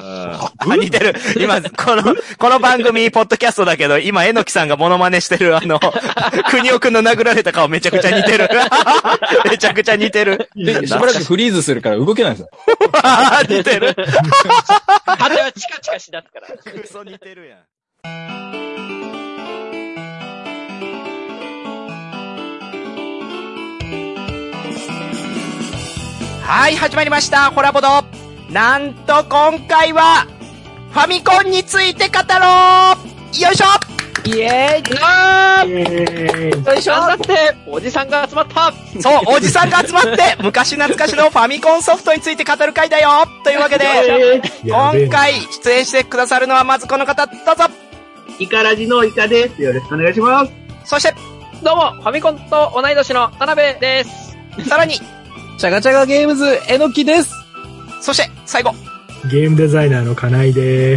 似てる。今、この番組、ポッドキャストだけど、今、えのきさんがモノマネしてる、国尾くんの殴られた顔めちゃくちゃ似てる。めちゃくちゃ似てる。 で、しばらくフリーズするから動けないんですよ。 似てる。 肌はチカチカしだすから。 クソ似てるやん。はい、始まりました。ホラボド。なんと今回は、ファミコンについて語ろう。よいしょ。 イエーイよいしょ。だって、おじさんが集まった。 そう、おじさんが集まって、昔懐かしのファミコンソフトについて語る回だよ。というわけで、今回出演してくださるのはまずこの方、どうぞ。 イカラジのイカです。よろしくお願いします。 そして、 どうも、ファミコンと同い年の田辺です。 さらに、 チャガチャガゲームズ、えのきです。 そして、最後。 ゲームデザイナーの金井です。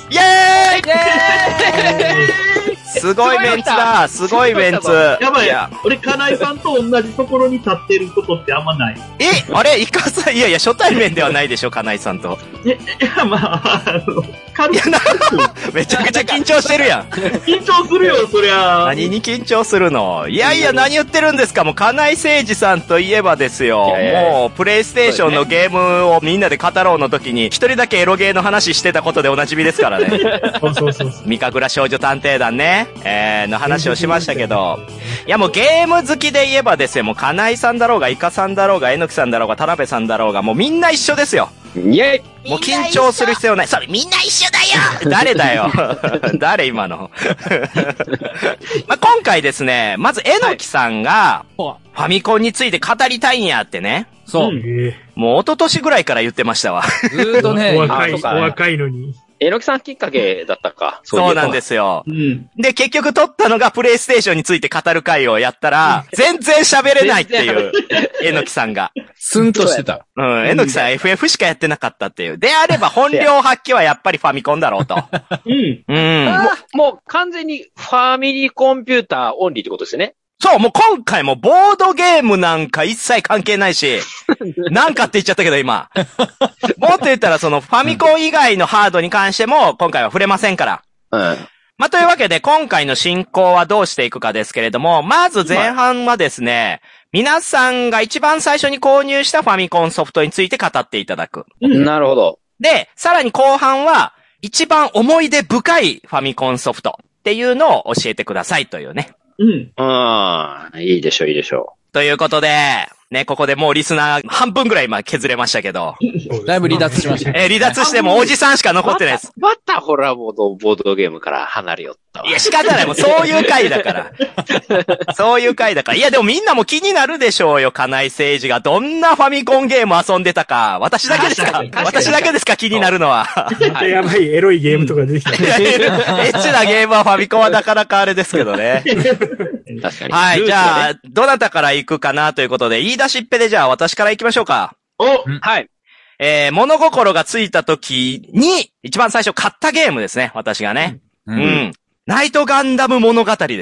イェーイすごいメンツだ。すごいメンツ。 やばい。俺、金井さんと同じところに立ってることってあんまない。 あれイカさん、いやいや、初対面ではないでしょ、金井さんと。 いや、まあ、軽く。 めちゃくちゃ緊張してるやん。 緊張するよ、そりゃ。 何に緊張するの？いやいや、何言ってるんですか？もう、金井誠二さんといえばですよ。もう、プレイステーションのゲームをみんなで語ろうの時に、一人だけエロゲーの話してたことでおなじみですからね。 そう。 三神楽少女探偵団ね。の話をしましたけど。いやもうゲーム好きで言えばですよ、もう金井さんだろうが、イカさんだろうが、えのきさんだろうが、田辺さんだろうが、もうみんな一緒ですよ。 イェイもう緊張する必要ない。それみんな一緒だよ誰だよ誰今のまあ、今回ですね、まずえのきさんが、ファミコンについて語りたいんやってね。 そう。 もう一昨年ぐらいから言ってましたわ。 ずーっとね、 お若いのに。 えのきさんきっかけだったか。 そうなんですよ。 うん。 で、結局撮ったのがプレイステーションについて語る回をやったら、全然喋れないっていう、えのきさんが。 スンとしてた。 うん、えのきさん FF しかやってなかったっていう。であれば本領発揮はやっぱりファミコンだろうと。 うん。 うん。 もう完全にファミリーコンピューターオンリーってことですよね。 そう、もう今回もボードゲームなんか一切関係ないし、なんかって言っちゃったけど今。もっと言ったらそのファミコン以外のハードに関しても今回は触れませんから。 うん。 まあ、というわけで今回の進行はどうしていくかですけれども、まず前半はですね、皆さんが一番最初に購入したファミコンソフトについて語っていただく。 なるほど。 で、さらに後半は一番思い出深いファミコンソフトっていうのを教えてくださいというね。 うん。 いいでしょう、いいでしょということで、ね、ここでもうリスナー半分ぐらい今削れましたけど。 だいぶ離脱しました。 離脱してもおじさんしか残ってないです。 またホラーボードゲームから離れよったわ。 いや、仕方ない。もうそういう回だから。そういう回だから。いや、でもみんなも気になるでしょうよ。金井誠二がどんなファミコンゲーム遊んでたか。私だけですか？私だけですか？気になるのは。 やばい、エロいゲームとか出てきた。 エッチなゲームはファミコンはなかなかあれですけどね。 確かに。 はい、じゃあ、どなたから行くかなということで、言い出しっぺでじゃあ私から行きましょうか。 はい。 物心がついた時に、一番最初買ったゲームですね、私がね。うん。ナイトガンダム物語です。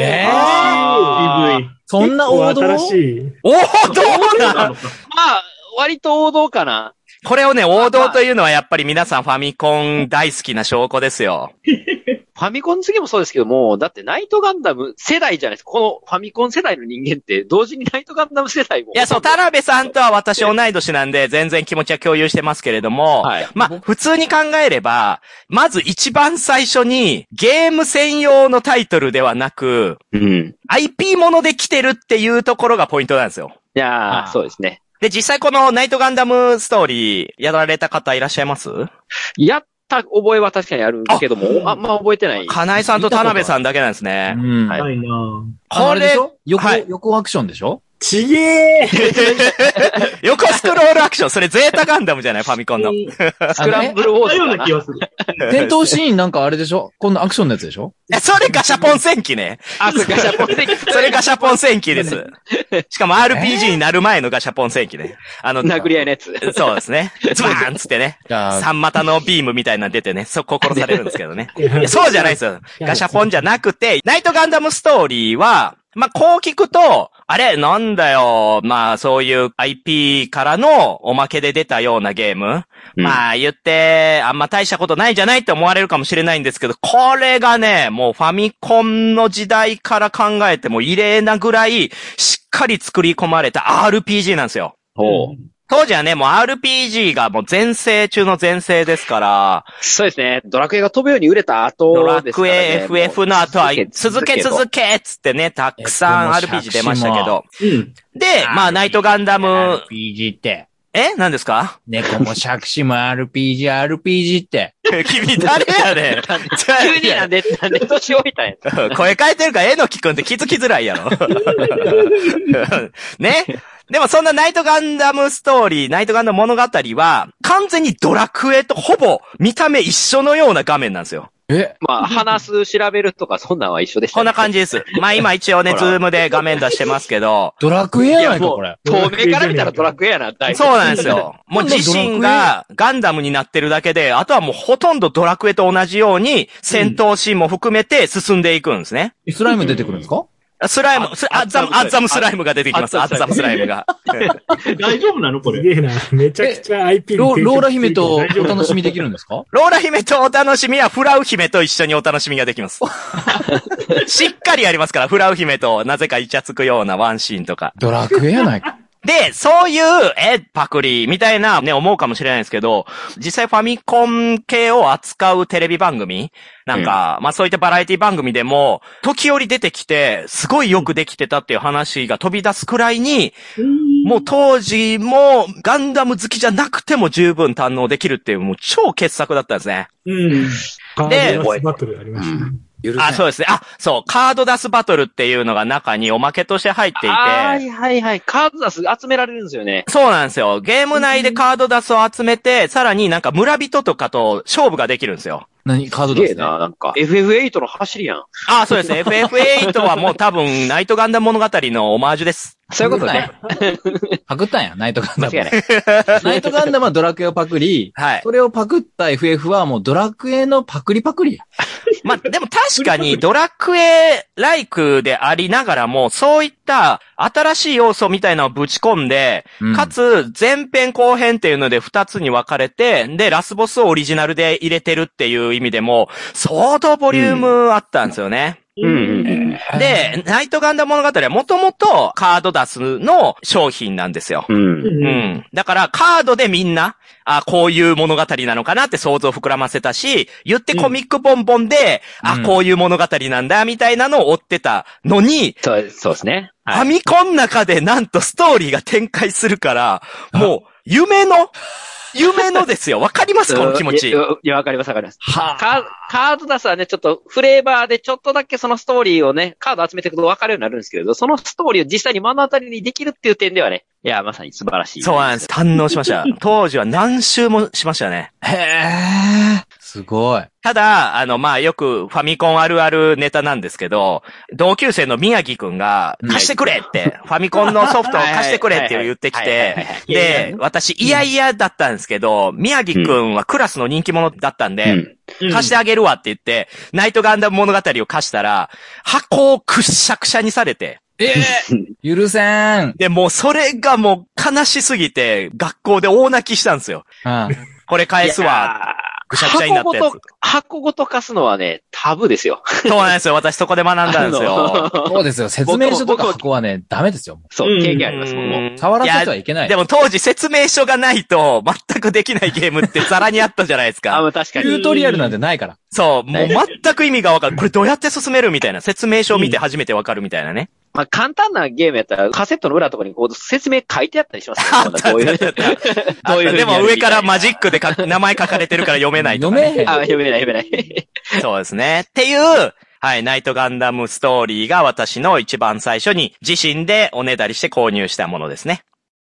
そんな王道？ 新しい。 王道なまあ、割と王道かな。 これをね、王道というのはやっぱり皆さんファミコン大好きな証拠ですよ。 ファミコン次もそうですけども、だってナイトガンダム世代じゃないですか。このファミコン世代の人間って同時にナイトガンダム世代も。 いや、そう、田辺さんとは私同い年なんで全然気持ちは共有してますけれども、はい、まあ、普通に考えれば、まず一番最初にゲーム専用のタイトルではなく、IP もので来てるっていうところがポイントなんですよ。 いやー、そうですね。 で、実際このナイトガンダムストーリーやられた方いらっしゃいます？ やった覚えは確かにあるけども、あんま覚えてない。 金井さんと田辺さんだけなんですね。 はい。ないなこれ、 横アクションでしょ？ ちげー横スクロールアクション。それゼータガンダムじゃない？ファミコンの。 スクランブルウォーズ。 ような気がする。 戦闘シーンなんかあれでしょ？こんなアクションのやつでしょ？ それガシャポン戦記ね。 それガシャポン戦記。 それガシャポン戦記です。しかも RPG になる前のガシャポン戦記ね。 殴り合いのやつ。 そうですね。ズバーンつってね。三股のビームみたいなの出てね、そこ殺されるんですけどね。いや、そうじゃないですよ。ガシャポンじゃなくて、ナイトガンダムストーリーは、まあ、こう聞くと、 あれなんだよ。まあそういう IP からのおまけで出たようなゲーム。まあ言って、あんま大したことないんじゃないって思われるかもしれないんですけど、これがね、もうファミコンの時代から考えても異例なぐらいしっかり作り込まれた RPG なんですよ。当時はね、もう RPG がもう全盛中の全盛ですから。 そうですね。ドラクエが飛ぶように売れた後ですからね。 ドラクエ FF の後は続けっつってね、たくさん RPG 出ましたけど。で、まあナイトガンダム。 RPG って。 何ですか？ 猫も杓子も RPG って。 君誰やねん。 急になんで年老いたんや。 声変えてるから、えのきくんって気づきづらいやろ。ね。でもそんなナイトガンダムストーリー、ナイトガンダム物語は、完全にドラクエとほぼ見た目一緒のような画面なんですよ。 まあ、話す、調べるとか、そんなんは一緒でした、 ね。こんな感じです。まあ今一応ね、ズームで画面出してますけど。 ドラクエやないか、これ。 透明から見たらドラクエやな、大体。 そうなんですよ。もう自身がガンダムになってるだけで、あとはもうほとんどドラクエと同じように、戦闘シーンも含めて進んでいくんですね。 スライム出てくるんですか？ スライム、アッザムスライムが出てきます。アッザムスライムが。 大丈夫なのこれ。 すげえな。めちゃくちゃ IP ローラ姫とお楽しみできるんですか？ ローラ姫とお楽しみはフラウ姫と一緒にお楽しみができます。しっかりやりますから、フラウ姫となぜかイチャつくようなワンシーンとか。 ドラクエやないか。 で、そういう、パクリみたいなね、思うかもしれないですけど、実際ファミコン系を扱うテレビ番組なんか、まあそういったバラエティ番組でも、時折出てきて、すごいよくできてたっていう話が飛び出すくらいに、もう当時もガンダム好きじゃなくても十分堪能できるっていう、もう超傑作だったんですね。 で、バトルありましたね。 そうですね。そう、カードダスバトルっていうのが中におまけとして入っていて。 はいはいはい。カードダス集められるんですよね。 そうなんですよ。ゲーム内でカードダスを集めて、さらになんか村人とかと勝負ができるんですよ。 カードダスね。 すげえな、なんか。FF8 の走りやん。 そうです。FF8 はもう多分、ナイトガンダム物語のオマージュです。 そういうことね。 パクったんや、ナイトガンダム。ナイトガンダムはドラクエをパクリ、はい。それをパクった FF はもうドラクエのパクリ。 まあ、でも確かにドラクエライクでありながらも、そういった新しい要素みたいなのをぶち込んで、かつ前編後編っていうので2つに分かれて、で、ラスボスをオリジナルで入れてるっていう意味でも、相当ボリュームあったんですよね。で、ナイトガンダム物語はもともとカードダスの商品なんですよ。だからカードでみんな、こういう物語なのかなって想像を膨らませたし、言ってコミックボンボンで、こういう物語なんだみたいなのを追ってたのに、 そうですね。 ファミコン中でなんとストーリーが展開するから、もう夢のですよ。わかりますこの気持ち。 いや、わかります。カードダスはね、ちょっとフレーバーでちょっとだけそのストーリーをね、カード集めていくとわかるようになるんですけれど、そのストーリーを実際に目の当たりにできるっていう点ではね、いや、まさに素晴らしい。 そうなんです。堪能しました。当時は何周もしましたね。 すごい。 ただ、まあ、よくファミコンあるあるネタなんですけど、同級生の宮城くんが、貸してくれって、ファミコンのソフトを貸してくれって言ってきて、で、私、嫌だったんですけど、宮城くんはクラスの人気者だったんで、貸してあげるわって言って、ナイトガンダム物語を貸したら、箱をくっしゃくしゃにされて、 許せん。 で、もうそれがもう悲しすぎて、学校で大泣きしたんですよ。これ返すわ。ぐしゃぐしゃになったやつ。 箱ごと貸すのはね、タブですよ。 そうなんですよ。私そこで学んだんですよ。 そうですよ。説明書とか箱はね、ダメですよ。 そう、経験あります。もう触らせてはいけない。 でも当時説明書がないと全くできないゲームってザラにあったじゃないですか。 確かに。 チュートリアルなんてないから。 そう、もう全く意味がわかる。これどうやって進めるみたいな。説明書を見て初めてわかるみたいなね。 まあ、簡単なゲームやったら、カセットの裏とかにこう説明書いてあったりしますね。どういうでも上からマジックで名前書かれてるから読めないとか、ね。 読めない。 そうですね。っていう、はい、ナイトガンダムストーリーが私の一番最初に自身でおねだりして購入したものですね。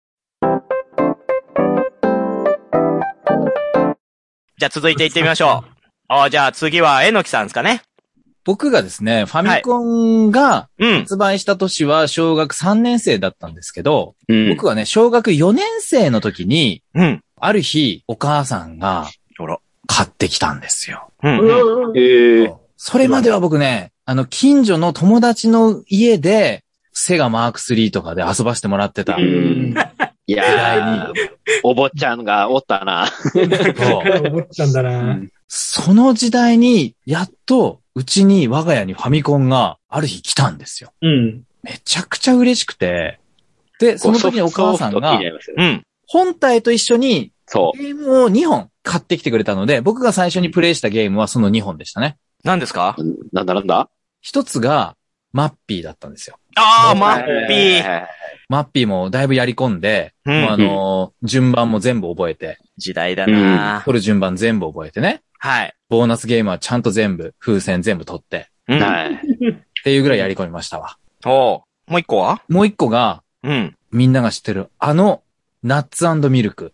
じゃあ続いていってみましょう。じゃあ次はえのきさんですかね。 僕がですね、ファミコンが発売した年は小学3年生だったんですけど、僕はね、小学4年生の時に、ある日、お母さんが買ってきたんですよ。それまでは僕ね、近所の友達の家で、 セガマーク3とかで遊ばせてもらってた。 いやー、お坊ちゃんがおったな。 お坊ちゃんだな。 その時代に、やっと、うちに我が家にファミコンがある日来たんですよ。めちゃくちゃ嬉しくて。で、その時にお母さんが、本体と一緒に、ゲームを2本買ってきてくれたので、僕が最初にプレイしたゲームはその2本でしたね。 何ですか？ なんだ一つが、マッピーだったんですよ。 ああ、マッピー。 マッピーもだいぶやり込んで、順番も全部覚えて。 時代だな取る順番全部覚えてね。 はい。 ボーナスゲームはちゃんと全部、風船全部取って。 はい。 っていうぐらいやり込みましたわ。 もう一個は？ もう一個が、みんなが知ってる、ナッツ&ミルク。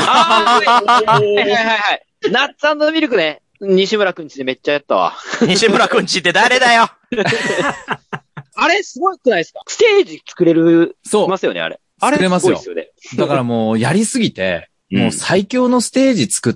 はい。ナッツ&ミルクね。西村くんちでめっちゃやったわ。 西村くんちって誰だよあれすごくないですか？ステージ作れる、ますよね、あれ。 作れますよ。 すごいですよね。 だからもうやりすぎて、もう最強のステージ作って。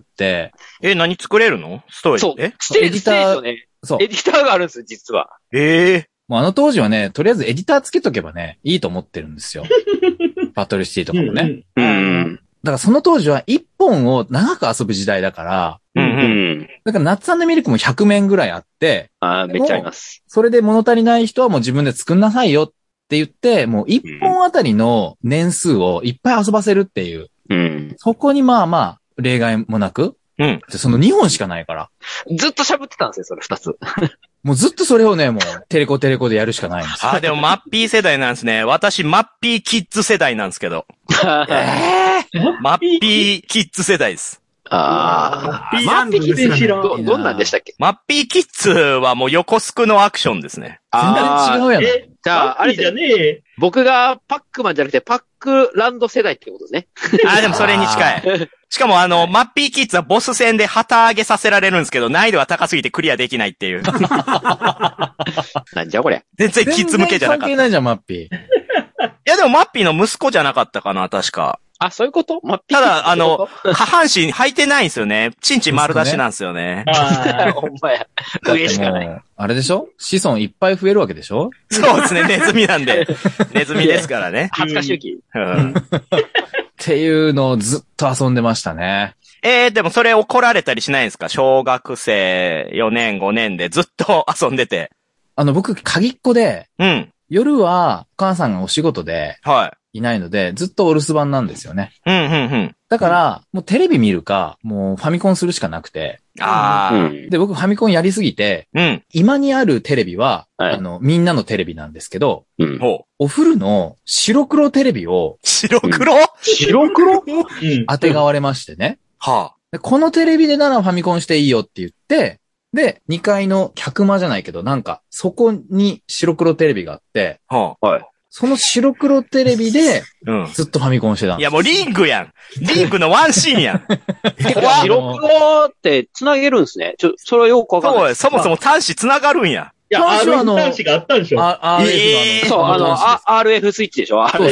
何作れるの？ストーリー。 そう。エディターね。そう。エディターがあるんですよ、実は。 もうあの当時はね、とりあえずエディターつけとけばね、いいと思ってるんですよ。バトルシティとかもね。だからその当時は一本を長く遊ぶ時代だから、だからナッツ&ミルクも100面ぐらいあって、 めっちゃあります。 それで物足りない人はもう自分で作んなさいよって言って、もう一本あたりの年数をいっぱい遊ばせるっていう。そこにまあ、例外もなく、その2本しかないから。 ずっと喋ってたんですよ、それ2つ。 もうずっとそれをね、もうテレコでやるしかないんですよ。 でもマッピー世代なんですね。私、マッピーキッズ世代なんですけど。マッピーキッズ世代です。 マッピーキッズどんなんでしたっけ？ マッピーキッズはもう横スクのアクションですね。 全然違うやん。 じゃあ、あれじゃねえ。僕がパックマンじゃなくてパックランド世代ってことですね。 でもそれに近い。しかもマッピーキッズはボス戦で旗上げさせられるんですけど、難易度は高すぎてクリアできないっていう。 なんじゃこれ。 全然キッズ向けじゃなかった。 関係ないじゃん、マッピー。 いやでもマッピーの息子じゃなかったかな、確か。 そういうこと？ ただ、下半身履いてないんですよね。チンチン丸出しなんですよね。 ほんまや。上しかない。 あれでしょ？子孫いっぱい増えるわけでしょ？ そうですね、ネズミなんで。ネズミですからね。 恥ずかしいき。 っていうのをずっと遊んでましたね。 でもそれ怒られたりしないんですか？小学生4年5年でずっと遊んでて。 僕、鍵っ子で、夜はお母さんがお仕事で、いないので、ずっとお留守番なんですよね。だから、もうテレビ見るか、もうファミコンするしかなくて。で、僕ファミコンやりすぎて、今にあるテレビは、みんなのテレビなんですけど、お古の白黒テレビを、 白黒当てがわれましてね。このテレビでならファミコンしていいよって言って、で、2階の客間じゃないけど、なんか、そこに白黒テレビがあって、その白黒テレビで、ずっとファミコンしてたんです。 いやもうリングやん。リングのワンシーンやん。 白黒って繋げるんですね。それはよくわかんない。 そもそも端子繋がるんや。 いや、端子があったんでしょ。 そう、RF スイッチでしょ。 そう。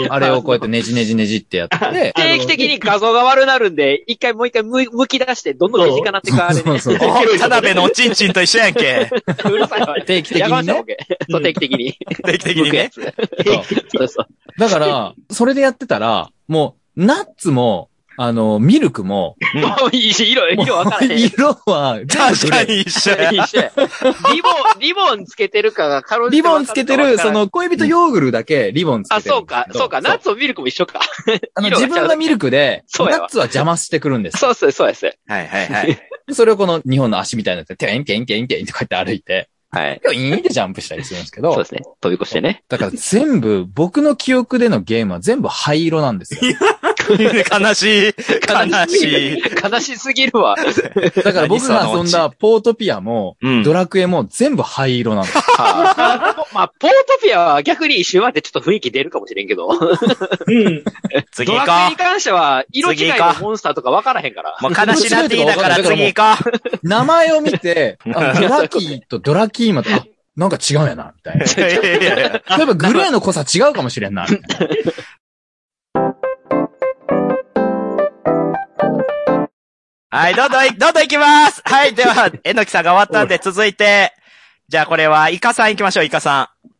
あれをこうやってねじってやって。 定期的に画像が悪なるんで、もう一回剥き出して、どんどん身近なってかあれね。 そう。 田辺のおちんちんと一緒やんけ。 うるさいわ。 定期的にね。 そう、定期的に。 定期的にね。 そう。 だから、それでやってたら、もう、ナッツも、ミルクも、 色わからへん。 色は、 確かに一緒や。 リボンつけてるかがリボンつけてる、その恋人ヨーグルだけリボンつけてる。 そうか。ナッツもミルクも一緒か。 自分がミルクで、ナッツは邪魔してくるんです。 そうです。 はい。 それをこの日本の足みたいなやつで、テンってこうやって歩いて、ピョイーンってジャンプしたりするんですけど。 そうですね。飛び越してね。 だから全部、僕の記憶でのゲームは全部灰色なんですよ。 悲しい。 悲しすぎるわ。 だから僕が遊んだポートピアも、ドラクエも全部灰色なんです。 ポートピアは逆に一瞬までちょっと雰囲気出るかもしれんけど。 次行こう。 ドラクエに関しては、色違いのモンスターとか分からへんから。 もう悲しなっていいだから次行こう。名前を見て、ドラキーとドラキーマと、なんか違うんやな、みたいな。例えばグレーの濃さ違うかもしれんな、みたいな。 はい、どんどん行きます。はい、では、えのきさんが終わったんで続いて、じゃあこれはイカさん行きましょう、イカさん。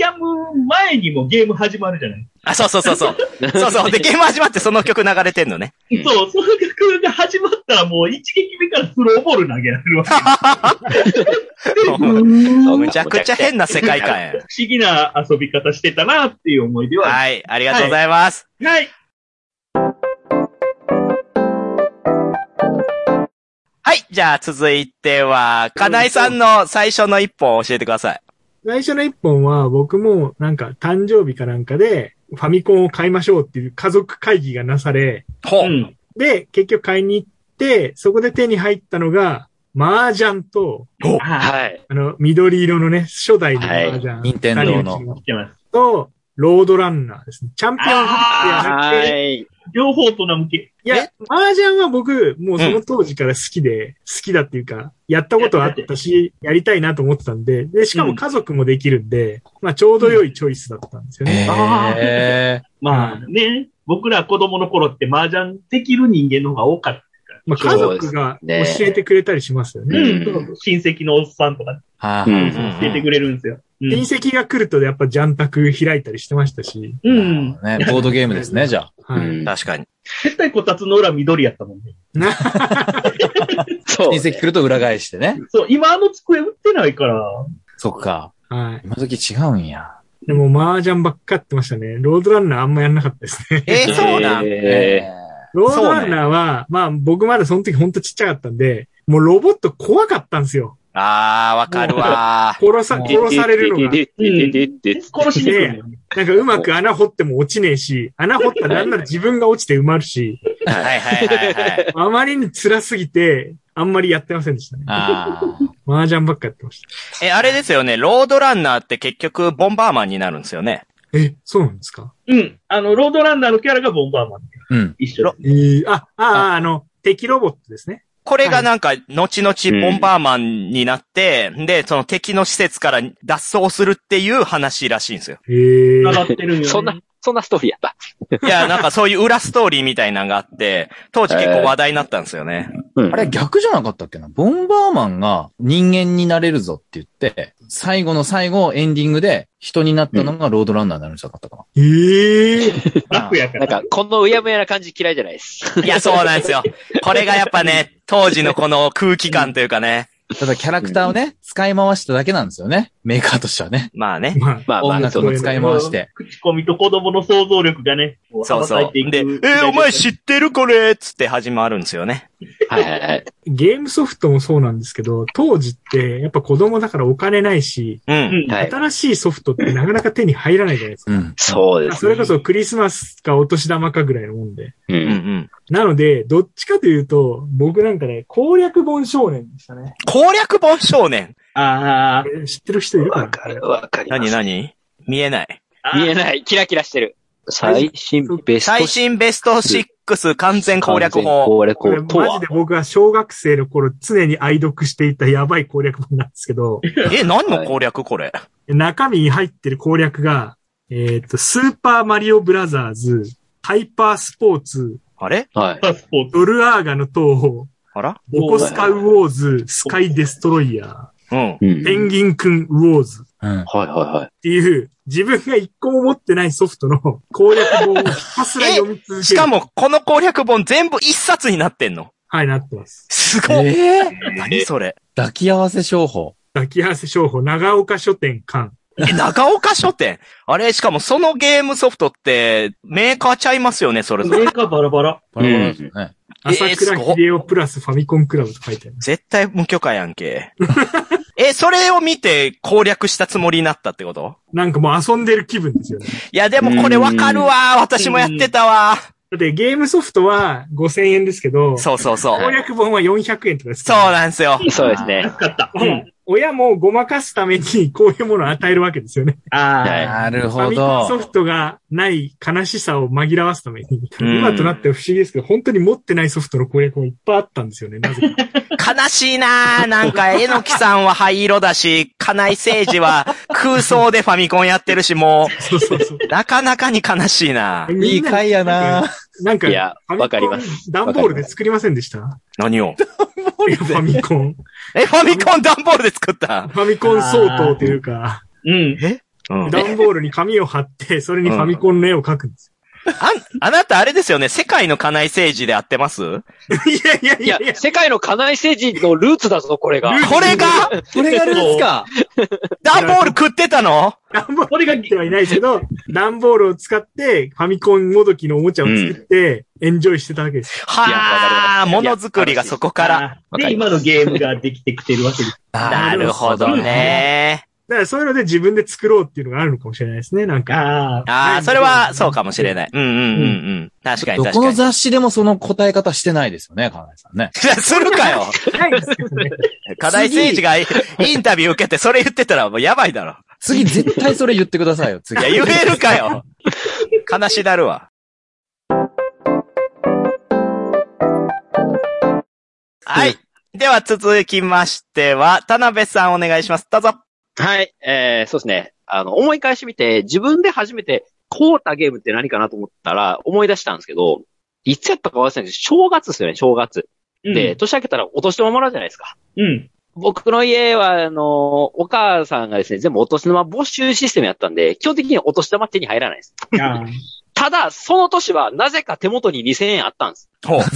やむ前にもゲーム始まるじゃない。 あ、そう。そうそう。で、ゲーム始まってその曲流れてんのね。 そう、その曲が始まったらもう一撃目からスローボール投げられるわけ。むちゃくちゃ変な世界観や。 不思議な遊び方してたなっていう思い出は。 はい、ありがとうございます。 はい。 はい、じゃあ続いては、金井さんの最初の一本を教えてください。 最初の一本は僕もなんか誕生日かなんかでファミコンを買いましょうっていう家族会議がなされ、で、結局買いに行って、そこで手に入ったのが、麻雀と、 はい。 緑色のね、初代の麻雀。 任天堂の。 と、ロードランナーですね。チャンピオンフックやなくて、 両方大人向け。 いや、麻雀は僕、もうその当時から好きだっていうか、やったことあったし、やりたいなと思ってたんで、で、しかも家族もできるんで、まあちょうど良いチョイスだったんですよね。 まあね、僕ら子供の頃って麻雀できる人間の方が多かった。 まあ家族が教えてくれたりしますよね。 親戚のおっさんとか、教えてくれるんですよ。 親戚が来るとやっぱジャンタク開いたりしてましたし。 ボードゲームですね、じゃあ。確かに。 絶対こたつの裏緑やったもんね。 そう。親戚来ると裏返してね。 そう、今机売ってないから。 そっか。 はい。 今時違うんや。 でも麻雀ばっかやってましたね。ロードランナーあんまやんなかったですね。 そうなんロードランナーは、まあ僕まだその時ほんとちっちゃかったんで、もうロボット怖かったんですよ。 わかるわ。 殺されるのが。 殺しで、 なんかうまく穴掘っても落ちねえし、穴掘ったらなんなら自分が落ちて埋まるし。 はい。 あまりに辛すぎて、あんまりやってませんでしたね。 麻雀ばっかやってました。 あれですよね、ロードランナーって結局ボンバーマンになるんですよね。 そうなんですか？ ロードランナーのキャラがボンバーマン。 うん。 一緒。 敵ロボットですね。 これがなんか、後々ボンバーマンになって、で、その敵の施設から脱走するっていう話らしいんですよ。 繋がってるよね。 そんなストーリーやった。 いや、なんかそういう裏ストーリーみたいなのがあって、当時結構話題になったんですよね。 あれ逆じゃなかったっけな？ボンバーマンが人間になれるぞって言って、最後の最後、エンディングで人になったのがロードランナーになるんじゃなかったかな。 楽やから。 なんか、このうやむやな感じ嫌いじゃないです。 いや、そうなんですよ。これがやっぱね、当時のこの空気感というかね。 ただキャラクターをね、使い回しただけなんですよね。メーカーとしてはね。 まあね。 音楽を使い回して。 口コミと子供の想像力がね、 そうそう。で、お前知ってるこれつって始まるんですよね。 はい。 ゲームソフトもそうなんですけど、当時ってやっぱ子供だからお金ないし、新しいソフトってなかなか手に入らないじゃないですか。 そうですね。 それこそクリスマスかお年玉かぐらいのもんで。なので、どっちかというと、僕なんかね、攻略本少年でしたね。 攻略本少年？ 知ってる人いるかな？ わかります。 何見えない。 見えない。キラキラしてる。最新ベスト6完全攻略法。 これマジで僕は小学生の頃常に愛読していたやばい攻略本なんですけど。 何の攻略これ？ 中身に入ってる攻略が、スーパーマリオブラザーズ、ハイパースポーツ、 あれ？ はい。 ドルアーガの塔、ボコスカウォーズ、スカイデストロイヤー、ペンギンくんウォーズ。っていう、自分が一個も持ってないソフトの攻略本をひたすら読み続ける。 しかも、この攻略本全部一冊になってんの？ はい、なってます。 すごい。何それ？ 抱き合わせ商法。 長岡書店館。 長岡書店？あれ、しかもそのゲームソフトって、メーカーちゃいますよね、それぞれ。 メーカーバラバラ。 バラバラですよね。 朝倉秀夫プラスファミコンクラブと書いてある。 絶対無許可やんけ。それを見て攻略したつもりになったってこと？ なんかもう遊んでる気分ですよね。 いや、でもこれわかるわ。私もやってたわ。 だってゲームソフトは5000円ですけど、 そう。 攻略本は400円とかですから。そうなんですよ。 そうですね。 安かった。 親もごまかすためにこういうものを与えるわけですよね。 なるほど。 ファミコンソフトがない悲しさを紛らわすために、今となっては不思議ですけど、本当に持ってないソフトの攻略もいっぱいあったんですよね、なぜか。悲しいなぁ。なんか、えのきさんは灰色だし、金井誠司は空想でファミコンやってるし、もう。そう。なかなかに悲しいなぁ。 いい回やなぁ。 なんか、いや、わかります。 段ボールで作りませんでした？ 何を？ ファミコン。 ファミコン段ボールで作った？ ファミコン相当というか。段ボールに紙を貼って、それにファミコンの絵を描くんですよ。 あなたあれですよね、世界の金井誠司で合ってます？ いや、世界の金井誠司のルーツだぞ、これが。 これがルーツか。 段ボール食ってたの？ 段ボールが食ってはいないけど、段ボールを使ってファミコンもどきのおもちゃを作って、エンジョイしてたわけですよ。 はぁ、ものづくりがそこから。 で、今のゲームができてきてるわけです。 なるほどね。 だからそういうので自分で作ろうっていうのがあるのかもしれないですね、なんか。 それはそうかもしれない。確かに。 どこの雑誌でもその答え方してないですよね、金井さんね。 するかよ。金井誠司がインタビュー受けてそれ言ってたらもうやばいだろ。 次絶対それ言ってくださいよ、次。 いや、言えるかよ。悲しなるわ。はい。では続きましては、田辺さんお願いします。どうぞ。 はい。そうですね。思い返してみて、自分で初めて買うたゲームって何かなと思ったら思い出したんですけど、いつやったか忘れたんですけど、正月ですよね、正月。で、年明けたらお年玉もらうじゃないですか。僕の家は、お母さんがですね、全部お年玉没収システムやったんで、基本的にお年玉手に入らないです。ただ、その年はなぜか手元に2000円あったんです。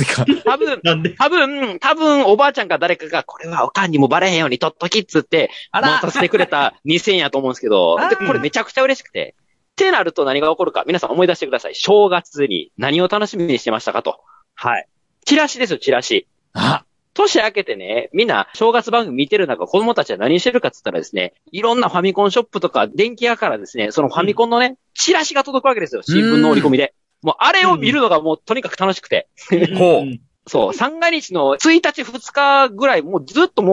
多分、おばあちゃんか誰かが、これはおかんにもバレへんように取っときっつって、持たせてくれた2000円やと思うんですけど、で、これめちゃくちゃ嬉しくて、ってなると何が起こるか、皆さん思い出してください。正月に何を楽しみにしてましたかと。はい。チラシですよ、チラシ。年明けてね、みんな正月番組見てる中、子供たちは何してるかって言ったらですね、いろんなファミコンショップとか電気屋からですね、そのファミコンのね、チラシが届くわけですよ、新聞の折り込みで。もうあれを見るのがもうとにかく楽しくて。そう、三が日の1日2日ぐらい、もうずっともう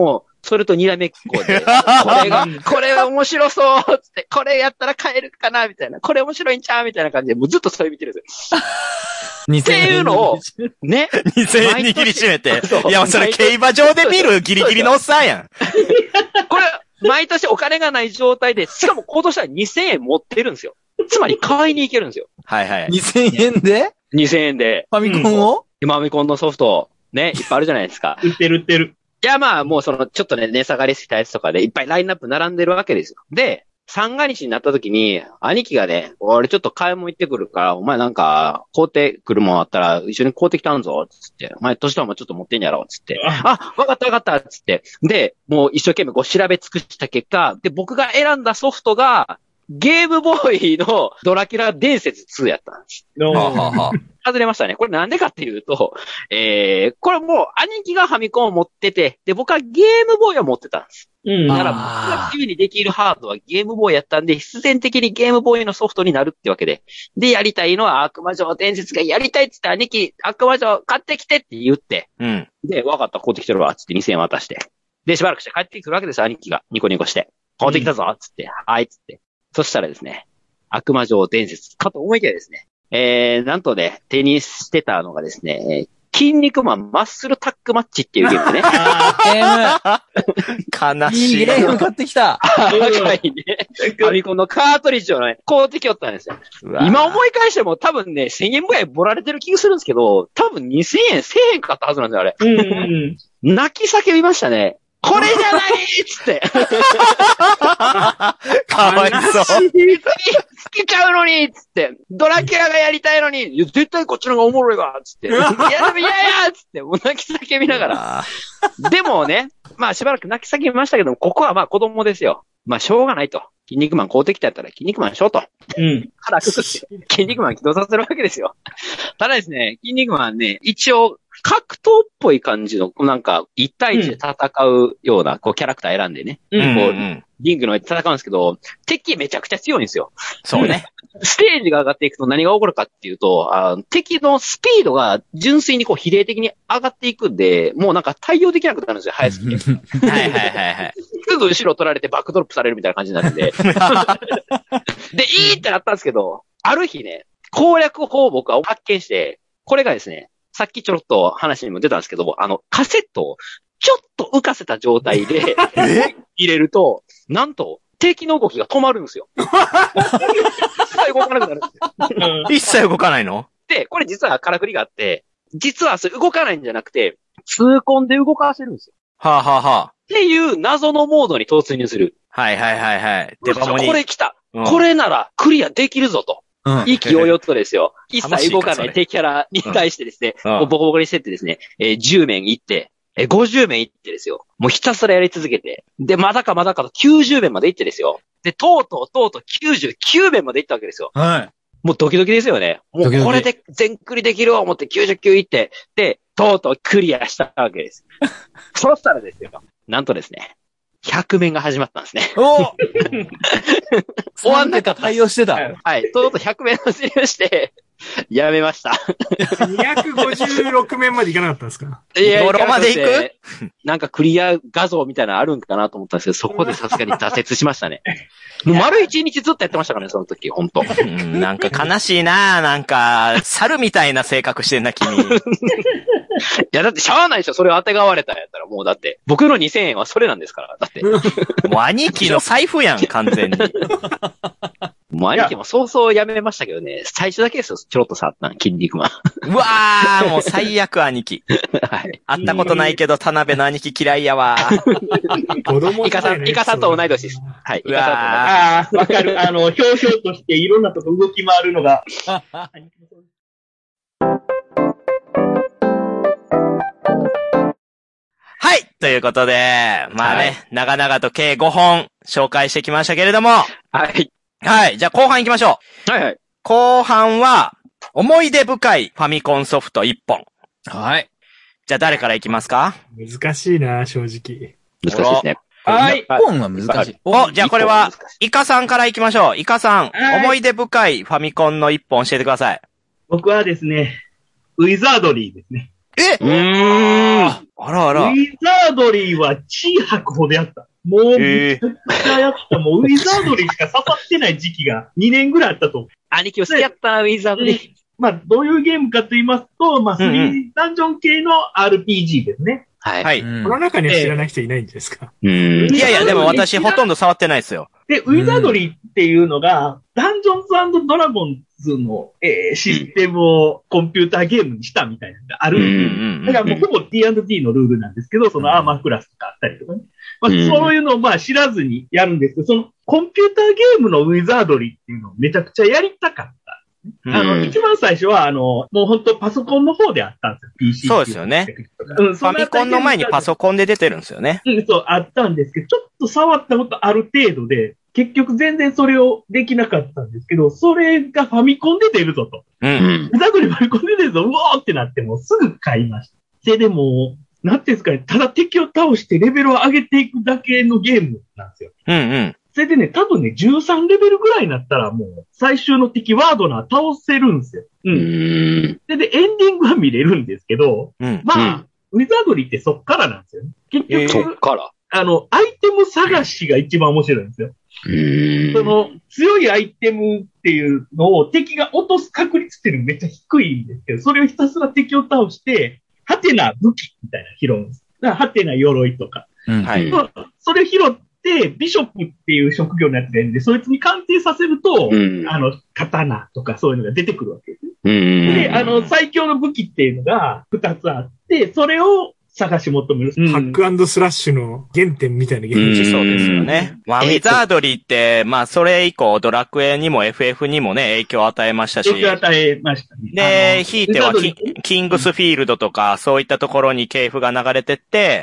それとにらめっこで、これ面白そうつって、これやったら買えるかなみたいな、これ面白いんちゃうみたいな感じで、もうずっとそれ見てるんですよ。っていうのを、ね。 2000円握りしめて。いや、それ競馬場で見るギリギリのおっさんやん。 これ、毎年お金がない状態で、しかも今年は2000円持ってるんですよ。つまり買いに行けるんですよ。 はいはい。 2000円で ?2000 円で。 ファミコンを、 ファミコンのソフト、ね、いっぱいあるじゃないですか。 売ってる。 いや、まあ、もうちょっとね、値下がりしたやつとかでいっぱいラインナップ並んでるわけですよ。で、三が日になった時に、兄貴がね、俺ちょっと買い物行ってくるから、お前なんか、買うてくるもんあったら、一緒に買うてきたんぞ、つって。お前、年玉ちょっと持ってんやろ、つって。あ、わかった、つって。で、もう一生懸命調べ尽くした結果、で、僕が選んだソフトが、ゲームボーイのドラキュラ伝説2やったんです。外れましたね。これなんでかっていうと、これもう兄貴がファミコンを持ってて、で、僕はゲームボーイを持ってたんです。だから僕が自由にできるハードはゲームボーイやったんで、必然的にゲームボーイのソフトになるってわけで。で、やりたいのは悪魔城伝説がやりたいっつって兄貴、悪魔城買ってきてって言って。で、わかった、買ってきてるわ、つって2000円渡して。で、しばらくして帰ってくるわけです、兄貴が。ニコニコして。買ってきたぞ、つって。はい、つって。そしたらですね、悪魔城伝説かと思いきやですね、なんとね、手にしてたのがですね、筋肉マンマッスルタックマッチっていうゲームでね。 悲しい。 いいゲーム買ってきた。 はいね。ファミコンのカートリッジをね、買うてきよったんですよ。今思い返しても多分ね、1000円ぐらいぼられてる気がするんですけど、多分2000円、1000円買ったはずなんですよ、あれ。泣き叫びましたね。これじゃないっつって。 かわいそう。 別に好きちゃうのにっつって。ドラキュラがやりたいのに、いや、絶対こっちの方がおもろいわっつって。いや、でも嫌やっつって、もう泣き叫びながら。でもね、まあしばらく泣き叫びましたけども、ここはまあ子供ですよ。まあしょうがないと。筋肉マン買うてきたやったら筋肉マンしようと。腹くくって、筋肉マン起動させるわけですよ。ただですね、筋肉マンね、一応、格闘っぽい感じの、なんか、1対1で戦うような、こう、キャラクター選んでね。こう、リングの上で戦うんですけど、敵めちゃくちゃ強いんですよ。 そうね。 ステージが上がっていくと何が起こるかっていうと、敵のスピードが純粋にこう、比例的に上がっていくんで、もうなんか対応できなくなるんですよ、早すぎて。 はい。 すぐ後ろ取られてバックドロップされるみたいな感じになるんで。で、いいってなったんですけど、ある日ね、攻略法を僕は発見して、これがですね、さっきちょろっと話にも出たんですけど、カセットをちょっと浮かせた状態で入れると、なんと敵の動きが止まるんですよ。一切動かなくなるんですよ。 一切動かないの？ で、これ実はからくりがあって、実はそれ動かないんじゃなくて、痛恨で動かせるんですよ。っていう謎のモードに突入する。 はい。デバモに。 これ来た。これならクリアできるぞと。意気揚々とですよ。一切動かない敵キャラに対してですね、ボコボコにしてってですね、10面いって、50面いってですよ。もうひたすらやり続けて。で、まだかと90面までいってですよ。で、とうとう99面までいったわけですよ。 はい。 もうドキドキですよね。もうこれで全クリできるわ思って99いって、で、とうとうクリアしたわけです。そうしたらですよ。なんとですね。100面が始まったんですね。 終わんなか対応してた。 はい。とうとう100面走りまして、やめました。 256面までいかなかったんですか？ いや、どこまで行く？なんかクリア画像みたいなのあるんかなと思ったんですけど、そこでさすがに挫折しましたね。もう丸1日ずっとやってましたからね、その時、ほんと。 なんか悲しいな、なんか、猿みたいな性格してんな、君。 いや、だってしゃあないでしょ、それを当てがわれたんやったら、もうだって、僕の2000円はそれなんですから、だって。 もう兄貴の財布やん、完全に。 もう兄貴も早々やめましたけどね、最初だけですよ、ちょろっと触ったの、筋肉マン。 うわー、もう最悪兄貴。はい。会ったことないけど、田辺の兄貴嫌いやわ。 子供イカさんと同い年です。はい。 イカさんと同い年。ああ、わかる。ひょうひょうとしていろんなとこ動き回るのが。 はい。ということで、まあね、長々と計5本紹介してきましたけれども。 はい。 はい。じゃあ後半行きましょう。はい。 後半は、思い出深いファミコンソフト1本。 はい。 じゃあ誰から行きますか？ 難しいな、正直。 難しいですね。 はい。1本は難しい。 じゃあこれは、イカさんから行きましょう。イカさん、思い出深いファミコンの1本教えてください。 僕はですね、ウィザードリーですね。 あらあら。 ウィザードリーは血吐くほどやった。もうめちゃくちゃやった。もうウィザードリーしか刺さってない時期が2年ぐらいあったと。 兄貴も好きやったな、ウィザードリー。 まあ、どういうゲームかと言いますと、まあ、3D ダンジョン系の RPG ですね。 はい。この中には知らない人いないんですか？ いやいや、でも私ほとんど触ってないですよ。 で、ウィザードリーっていうのが、ダンジョンズ&ドラゴンズの、システムをコンピューターゲームにしたみたいなのがあるんで、だからもうほぼ T&D のルールなんですけど、そのアーマークラスとかあったりとかね。まあ、そういうのをまあ知らずにやるんですけど、そのコンピューターゲームのウィザードリーっていうのをめちゃくちゃやりたかった。一番最初は、もう本当パソコンの方であったんですよ、PC。 そうですよね。ファミコンの前にパソコンで出てるんですよね。 そう、あったんですけど、ちょっと触ったことある程度で、結局全然それをできなかったんですけど、それがファミコンで出るぞと。ウィザードリーファミコンで出るぞ、うおーってなってもうすぐ買いました。でも、なんていうんですかね、ただ敵を倒してレベルを上げていくだけのゲームなんですよ。それでね、多分ね、13レベルぐらいになったらもう、最終の敵ワードナー倒せるんですよ。で、エンディングは見れるんですけど、まあ、ウィザードリーってそっからなんですよね。結局、 そっからアイテム探しが一番面白いんですよ。その、強いアイテムっていうのを敵が落とす確率っていうのがめっちゃ低いんですけど、それをひたすら敵を倒して、ハテナ武器みたいな拾うんです。だからハテナ鎧とか。それを拾って、ビショップっていう職業のやつがいるんで、そいつに鑑定させると、刀とかそういうのが出てくるわけですね。で、最強の武器っていうのが2つあって、それを探し求める。 ハック&スラッシュの原点みたいなゲームです。そうですよね。まあ、ウィザードリーって、まあ、それ以降、ドラクエにも FF にもね、影響を与えましたし。 影響を与えましたね。 で、ひいてはキングスフィールドとか、そういったところに系譜が流れてって、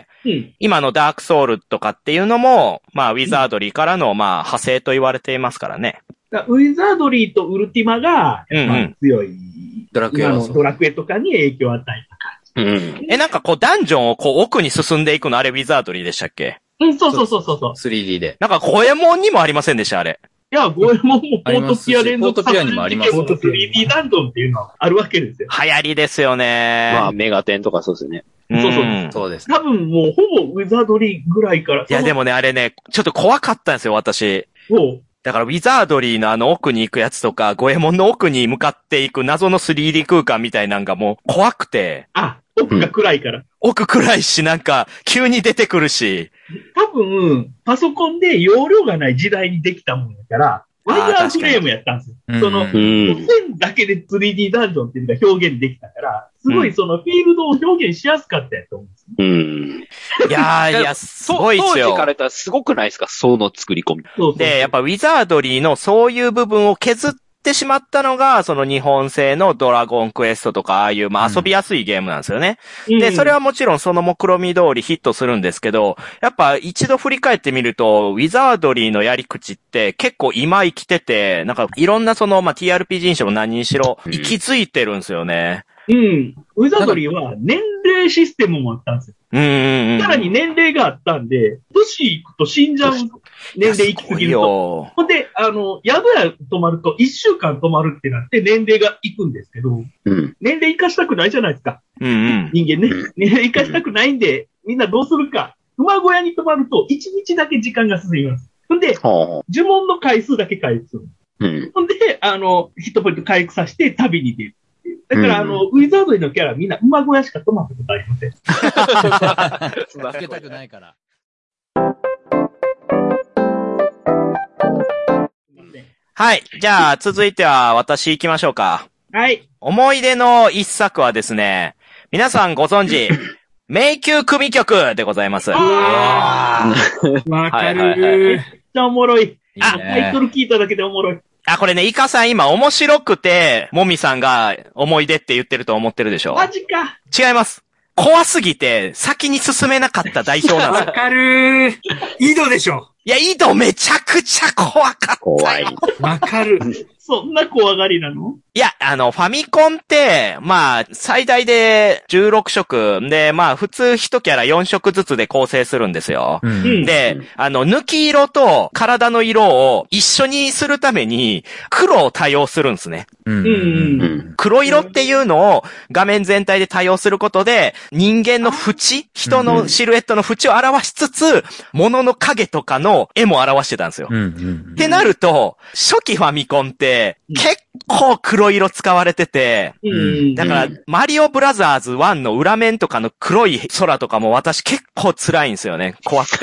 今のダークソウルとかっていうのも、まあ、ウィザードリーからの、まあ、派生と言われていますからね。 ウィザードリーとウルティマが、強い、 ドラクエとかに影響を与えた感じ。 なんかこうダンジョンをこう奥に進んでいくのあれウィザードリーでしたっけ？ そう。 3D で。 なんかゴエモンにもありませんでしたあれ。 いや、ゴエモンもポートピア連続ポートピアにもあります。 ポート 3D ダンジョンっていうのはあるわけですよ。 流行りですよね。 まあ、メガテンとかそうですよね。 そうです。 多分もうほぼウィザードリーぐらいから。 いやでもね、あれね、ちょっと怖かったんですよ、私。だからウィザードリーの奥に行くやつとか、ゴエモンの奥に向かっていく謎の 3D 空間みたいなのがもう怖くて。 奥が暗いから。 奥暗いし、なんか、急に出てくるし。 多分、パソコンで容量がない時代にできたもんやから、ワイヤーフレームやったんですよ。その、線だけで 3D ダンジョンっていうのが表現できたから、すごいそのフィールドを表現しやすかったやと思うんですよ。 いや、すごいっすよ。 当時からたらすごくないですか？その作り込み。 で、やっぱウィザードリーのそういう部分を削ってしまったのが、その日本製のドラゴンクエストとか、ああいう、まあ遊びやすいゲームなんですよね。で、それはもちろんその目論見通りヒットするんですけど、やっぱ一度振り返ってみると、ウィザードリーのやり口って結構今生きてて、なんかいろんなその、まあ TRPG にしろ何にしろ、息づいてるんですよね。 ウィザードリーは年齢システムもあったんですよ。さらに年齢があったんで、年いくと死んじゃう年齢いきすぎると。ほんで、宿屋泊まると1週間泊まるってなって年齢がいくんですけど、年齢生かしたくないじゃないですか。人間ね。年齢生かしたくないんで、みんなどうするか。馬小屋に泊まると1日だけ時間が進みます。ほんで、呪文の回数だけ回復する。ほんで、ヒットポイント回復させて旅に出る。だから、ウィザードリーのキャラみんな馬小屋しか泊まったことありません。 つけたくないから。 はい。じゃあ、続いては私行きましょうか。 はい。 思い出の一作はですね、皆さんご存知、迷宮組曲でございます。 わかる。 めっちゃおもろい。タイトル聞いただけでおもろい。 これね、イカさん今面白くて、もみさんが思い出って言ってると思ってるでしょ？ マジか。 違います。怖すぎて、先に進めなかった代表なんですよ。 わかる。井戸でしょ。 いや、井戸めちゃくちゃ怖かった。 怖い。 わかる。 そんな怖がりなの？ いや、ファミコンって、まあ、最大で16色で、まあ、普通1キャラ4色ずつで構成するんですよ。うん、で、抜き色と体の色を一緒にするために、黒を多用するんですね。黒色っていうのを画面全体で多用することで、人間の縁、人のシルエットの縁を表しつつ、物の影とかの絵も表してたんですよ。ってなると、初期ファミコンって、結構黒色使われてて、だから、マリオブラザーズ1の裏面とかの黒い空とかも私結構辛いんですよね。怖くて。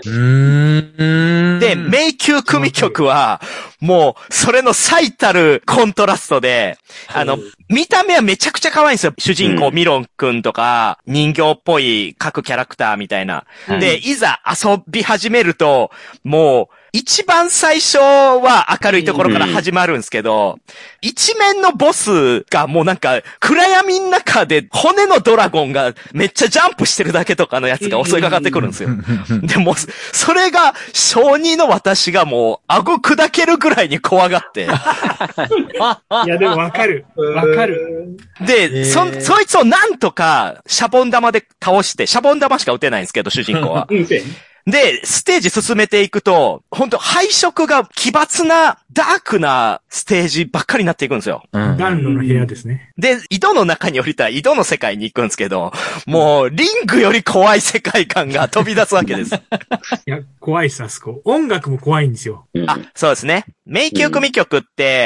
で、迷宮組曲は、もう、それの最たるコントラストで、見た目はめちゃくちゃ可愛いんですよ。主人公ミロンくんとか、人形っぽい各キャラクターみたいな。で、いざ遊び始めると、もう、一番最初は明るいところから始まるんですけど、一面のボスがもうなんか暗闇の中で骨のドラゴンがめっちゃジャンプしてるだけとかのやつが襲いかかってくるんですよ。でも、それが小2の私がもう顎砕けるぐらいに怖がって。いやでもわかる。わかる。 で、そいつをなんとかシャボン玉で倒して、シャボン玉しか撃てないんですけど、主人公は。で、ステージ進めていくと、本当配色が奇抜な、ダークなステージばっかりになっていくんですよ。 暖炉の部屋ですね。 で、井戸の中に降りたら井戸の世界に行くんですけど、もう、リングより怖い世界観が飛び出すわけです。いや、怖いっす、あそこ。音楽も怖いんですよ。 あ、そうですね。迷宮組曲って、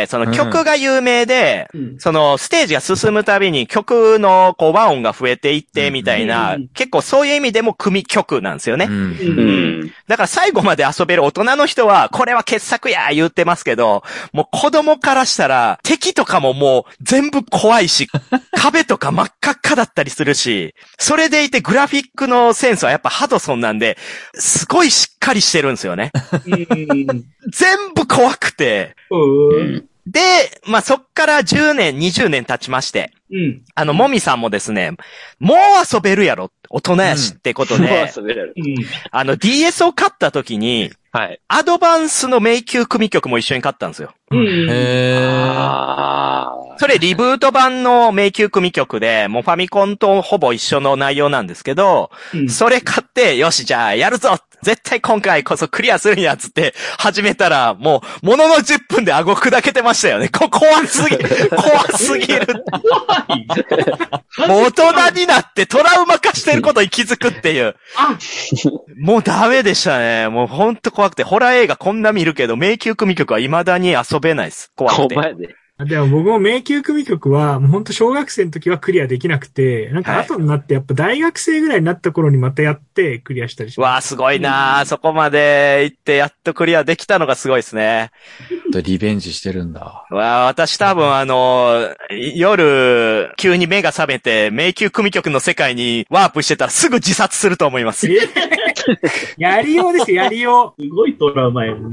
その曲が有名で、そのステージが進むたびに曲のこう和音が増えていってみたいな、結構そういう意味でも組曲なんですよね。だから最後まで遊べる大人の人は、これは傑作や言ってますけど、もう子供からしたら、敵とかももう全部怖いし、壁とか真っ赤っかだったりするし、それでいてグラフィックのセンスはやっぱハドソンなんで、すごいしっかりしてるんですよね。全部怖くて。で、まあ、そっから10年、20年経ちまして、もみさんもですね、もう遊べるやろ、大人やしってことで、もう遊べるやろ。DS を買った時に、はい。アドバンスの迷宮組曲も一緒に買ったんですよ。それリブート版の迷宮組曲で、もうファミコンとほぼ一緒の内容なんですけど、それ買って、よし、じゃあやるぞ絶対今回こそクリアするんやつって始めたら、もう、ものの10分で顎砕けてましたよね。怖すぎる。もう大人になってトラウマ化してることに気づくっていう。もうダメでしたね。もうほんと怖くて、ホラー映画こんな見るけど、迷宮組曲は未だに遊べないです。怖くて。 でも僕も迷宮組曲は、もうほんと小学生の時はクリアできなくて、なんか後になってやっぱ大学生ぐらいになった頃にまたやってクリアしたりします。 わあ、すごいなー、そこまで行ってやっとクリアできたのがすごいですね。 リベンジしてるんだ。 わあ、私多分夜、急に目が覚めて、迷宮組曲の世界にワープしてたらすぐ自殺すると思います。 やりようですよ、やりよう。すごいトラウマやね。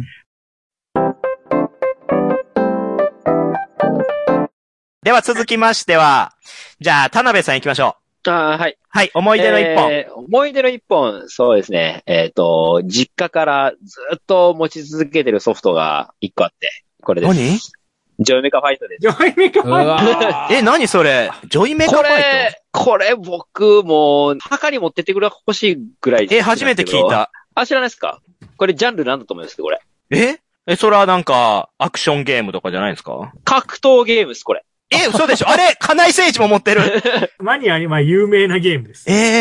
では続きましては、じゃあ、田辺さん行きましょう。はい。 はい、思い出の一本。 思い出の一本、そうですね。実家からずっと持ち続けてるソフトが一個あって、これです。 何？ ジョイメカファイトです。 ジョイメカファイト何それ？ジョイメカファイト？ これ僕もう、墓に持ってってくれ欲しいぐらい。 初めて聞いた。 あ、知らないですか？これジャンルなんだと思いますこれ。 それはなんか、アクションゲームとかじゃないですか？ 格闘ゲームです、これ。 嘘でしょ？あれ金井誠一も持ってる。 マニアに有名なゲームです。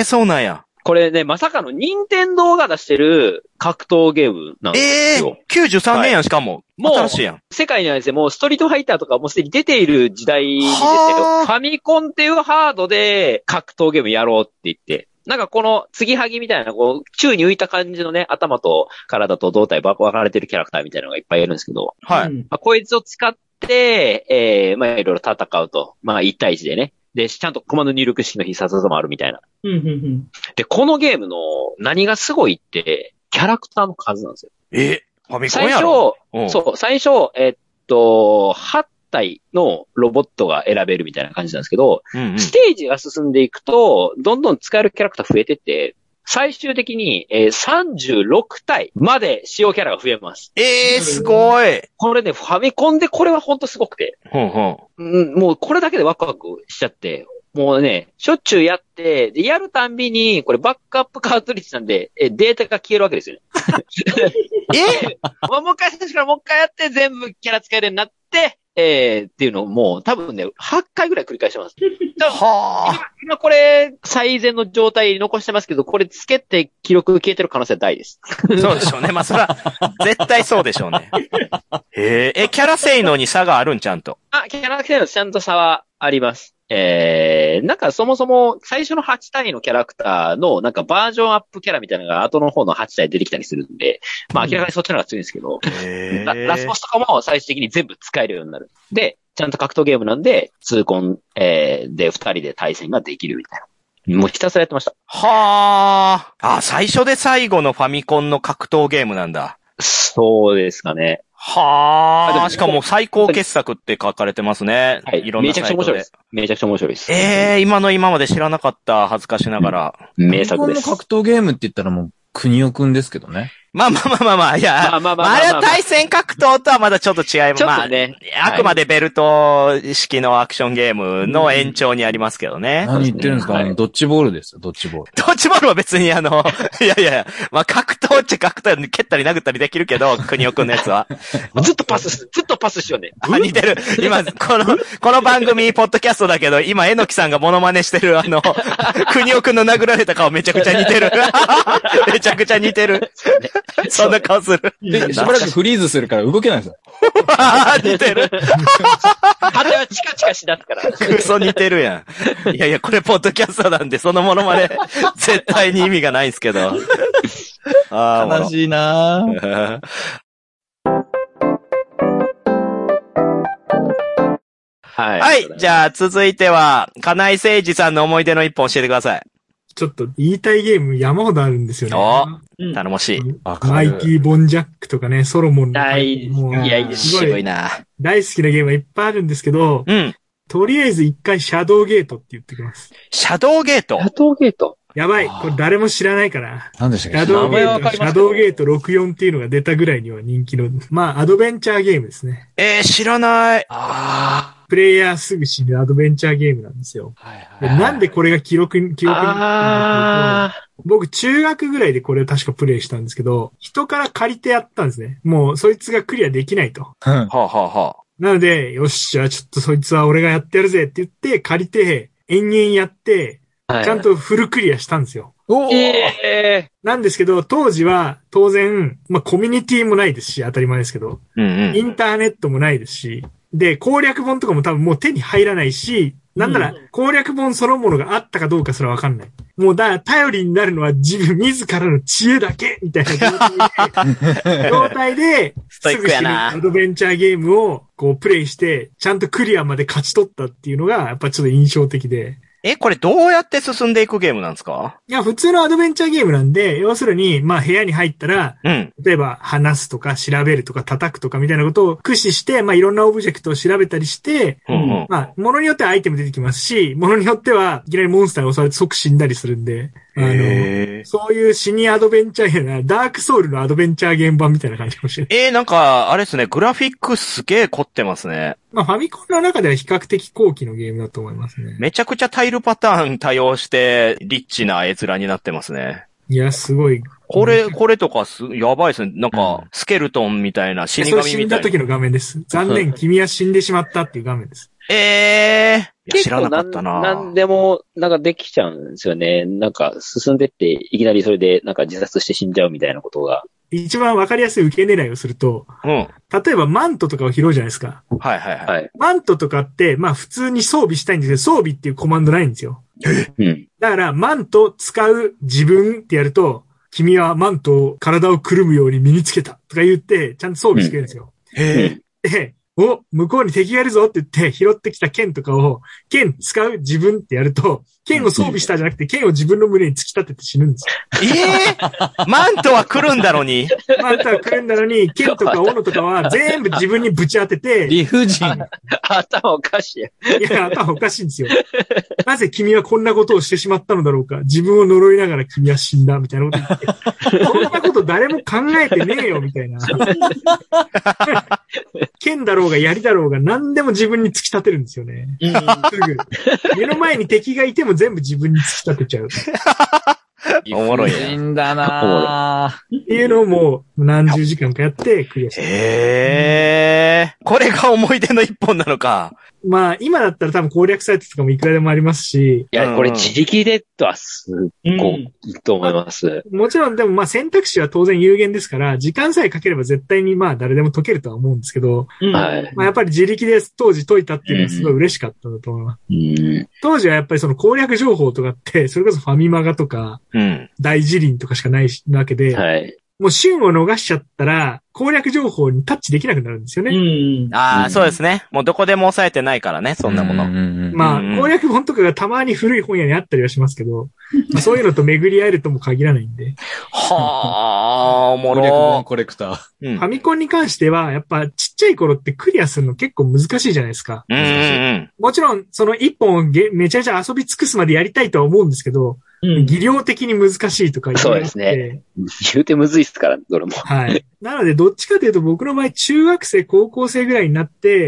そうなんや。 これね、まさかの任天堂が出してる格闘ゲームなんですよ。 93年やん、しかも。もう、新しいやん。 世界にはですね、もうストリートファイターとかもうすでに出ている時代ですけど、ファミコンっていうハードで格闘ゲームやろうって言って、なんかこの継ぎはぎみたいな、こう、宙に浮いた感じのね、頭と体と胴体分かれてるキャラクターみたいなのがいっぱいいるんですけど、 はい。 こいつを使って、いろいろ戦うと。1対1でね。で、ちゃんとコマンド入力式の必殺技もあるみたいな。で、このゲームの何がすごいって、キャラクターの数なんですよ。 ファミコンやろ？ 最初、8体のロボットが選べるみたいな感じなんですけど、ステージが進んでいくと、どんどん使えるキャラクター増えてって、 最終的に、36体まで使用キャラが増えます。 すごい。 これね、ファミコンでこれはほんとすごくて。もうこれだけでワクワクしちゃって、もうね、しょっちゅうやって、でやるたんびに、これバックアップカートリッジなんで、データが消えるわけですよね。もう一回最初からもう一回やって、全部キャラ使えるようになって、っていうのをもう多分ね、8回ぐらい繰り返してます。今これ、最善の状態残してますけど、これつけて記録消えてる可能性は大です。 そうでしょうね。まあ、それは、絶対そうでしょうね。キャラ性能に差があるんちゃんと。 キャラ性能ちゃんと差はあります。なんかそもそも最初の8体のキャラクターのなんかバージョンアップキャラみたいなのが後の方の8体出てきたりするんで、まあ明らかにそっちの方が強いんですけど、ラスボスとかも最終的に全部使えるようになる。で、ちゃんと格闘ゲームなんで、痛恨、で2人で対戦ができるみたいな。もうひたすらやってました。 はあ。最初で最後のファミコンの格闘ゲームなんだ。 そうですかね。 はあ。しかも最高傑作って書かれてますね。 はい。いろんなサイトで。めちゃくちゃ面白いです。めちゃくちゃ面白いです。 今まで知らなかった。恥ずかしながら。 名作です。 日本の格闘ゲームって言ったらもう、国尾くんですけどね。 まあ、いや、あれは対戦格闘とはまだちょっと違います。まあね、あくまでベルト式のアクションゲームの延長にありますけどね。 何言ってるんですか、ドッジボールですよ、ドッジボール。 ドッジボールは別にいや、まあ格闘っちゃ格闘、蹴ったり殴ったりできるけど、国尾くんのやつは。 ずっとパスしようね。 似てる。今、この番組、ポッドキャストだけど、今、えのきさんがモノマネしてる国尾くんの殴られた顔めちゃくちゃ似てる。めちゃくちゃ似てる。そんな顔する。 で、しばらくフリーズするから動けないんですよ。 似てる。 肌はチカチカしだすから。 クソ似てるやん。いや、これポッドキャストなんで、そのものまで絶対に意味がないんですけど。 悲しいなぁ。 はい。じゃあ、続いては、金井誠二さんの思い出の一本教えてください。 ちょっと言いたいゲーム山ほどあるんですよね。 頼もしい。 マイティ・ボンジャックとかね、ソロモンの。 いや、 渋いな。 大好きなゲームはいっぱいあるんですけど、とりあえず一回シャドウゲートって言ってきます。 シャドウゲートやばい。これ誰も知らないかな。 何でしたっけ？ シャドウゲート64っていうのが出たぐらいには人気の、まあ、アドベンチャーゲームですね。 知らない。 プレイヤーすぐ死ぬアドベンチャーゲームなんですよ。なんでこれが記憶に僕中学ぐらいでこれを確かプレイしたんですけど、人から借りてやったんですね。もうそいつがクリアできないと。なので、よっしゃ、ちょっとそいつは俺がやってやるぜって言って借りて、延々やって、ちゃんとフルクリアしたんですよ。なんですけど、当時は当然、まあコミュニティもないですし、当たり前ですけど、インターネットもないですし、で、攻略本とかも多分もう手に入らないし、なんなら攻略本そのものがあったかどうかすらわかんない。もう頼りになるのは自らの知恵だけみたいな状態で、すぐ死ぬアドベンチャーゲームをこうプレイして、ちゃんとクリアまで勝ち取ったっていうのが、やっぱちょっと印象的で。 これどうやって進んでいくゲームなんですか？ いや、普通のアドベンチャーゲームなんで、要するに、まあ部屋に入ったら、例えば話すとか調べるとか叩くとかみたいなことを駆使して、まあいろんなオブジェクトを調べたりして、まあ、ものによってはアイテム出てきますし、ものによってはいきなりモンスターが襲われて即死んだりするんで、そういうシニアアドベンチャーゲーム、ダークソウルのアドベンチャーゲーム版みたいな感じかもしれない。 なんか、あれですね、グラフィックすげえ凝ってますね。 まあファミコンの中では比較的後期のゲームだと思いますね。 めちゃくちゃタイルパターン多用して、リッチな絵面になってますね。 いや、すごい。 これとかやばいですね。なんか、スケルトンみたいな、死神みたいな。 死んだ時の画面です。残念、君は死んでしまったっていう画面です。 知らなかったな。 なんでも、なんかできちゃうんですよね。なんか、進んでって、いきなりそれで、なんか自殺して死んじゃうみたいなことが。 一番わかりやすい受け狙いをすると、例えばマントとかを拾うじゃないですか。マントとかって、まあ普通に装備したいんですけど、装備っていうコマンドないんですよ。だから、マント使う自分ってやると、君はマントを体をくるむように身につけたとか言って、ちゃんと装備してくれるんですよ。で、 向こうに敵がいるぞって言って拾ってきた剣とかを、剣使う自分ってやると、剣を装備したじゃなくて、剣を自分の胸に突き立てて死ぬんですよ。マントは来るんだのに。 マントは来るんだのに、剣とか斧とかは全部自分にぶち当てて。 理不尽。 頭おかしい。 いや、頭おかしいんですよ。なぜ君はこんなことをしてしまったのだろうか。自分を呪いながら君は死んだ、みたいなこと言って。そんなこと誰も考えてねえよ、みたいな。剣だろうが槍だろうが何でも自分に突き立てるんですよね。すぐ。目の前に敵がいても全部自分に突き立てちゃう。 おもろいね。いいんだなぁ。っていうのをもう何十時間かやってクリアして。 これが思い出の一本なのか。 まあ、今だったら多分攻略サイトとかもいくらでもありますし。 いや、これ自力でとはすっごいいいと思います。 もちろんでもまあ選択肢は当然有限ですから、時間さえかければ絶対にまあ誰でも解けるとは思うんですけど、 はい。 まあやっぱり自力で当時解いたっていうのはすごい嬉しかったんだと思います。当時はやっぱりその攻略情報とかって、それこそファミマガとか、大辞林とかしかないわけで、 はい。 もう旬を逃しちゃったら、攻略情報にタッチできなくなるんですよね。 ああ、そうですね。もうどこでも抑えてないからね、そんなもの。 まあ、攻略本とかがたまに古い本屋にあったりはしますけど、まあ、そういうのと巡り合えるとも限らないんで。 はあ、おもろ。 攻略本コレクター。 ファミコンに関しては、やっぱちっちゃい頃ってクリアするの結構難しいじゃないですか。もちろん、その一本をめちゃめちゃ遊び尽くすまでやりたいとは思うんですけど、技量的に難しいとか言そうですね。言うてむずいっすから、どれも。 はい。なので、どっちかというと僕の場合、中学生、高校生ぐらいになって、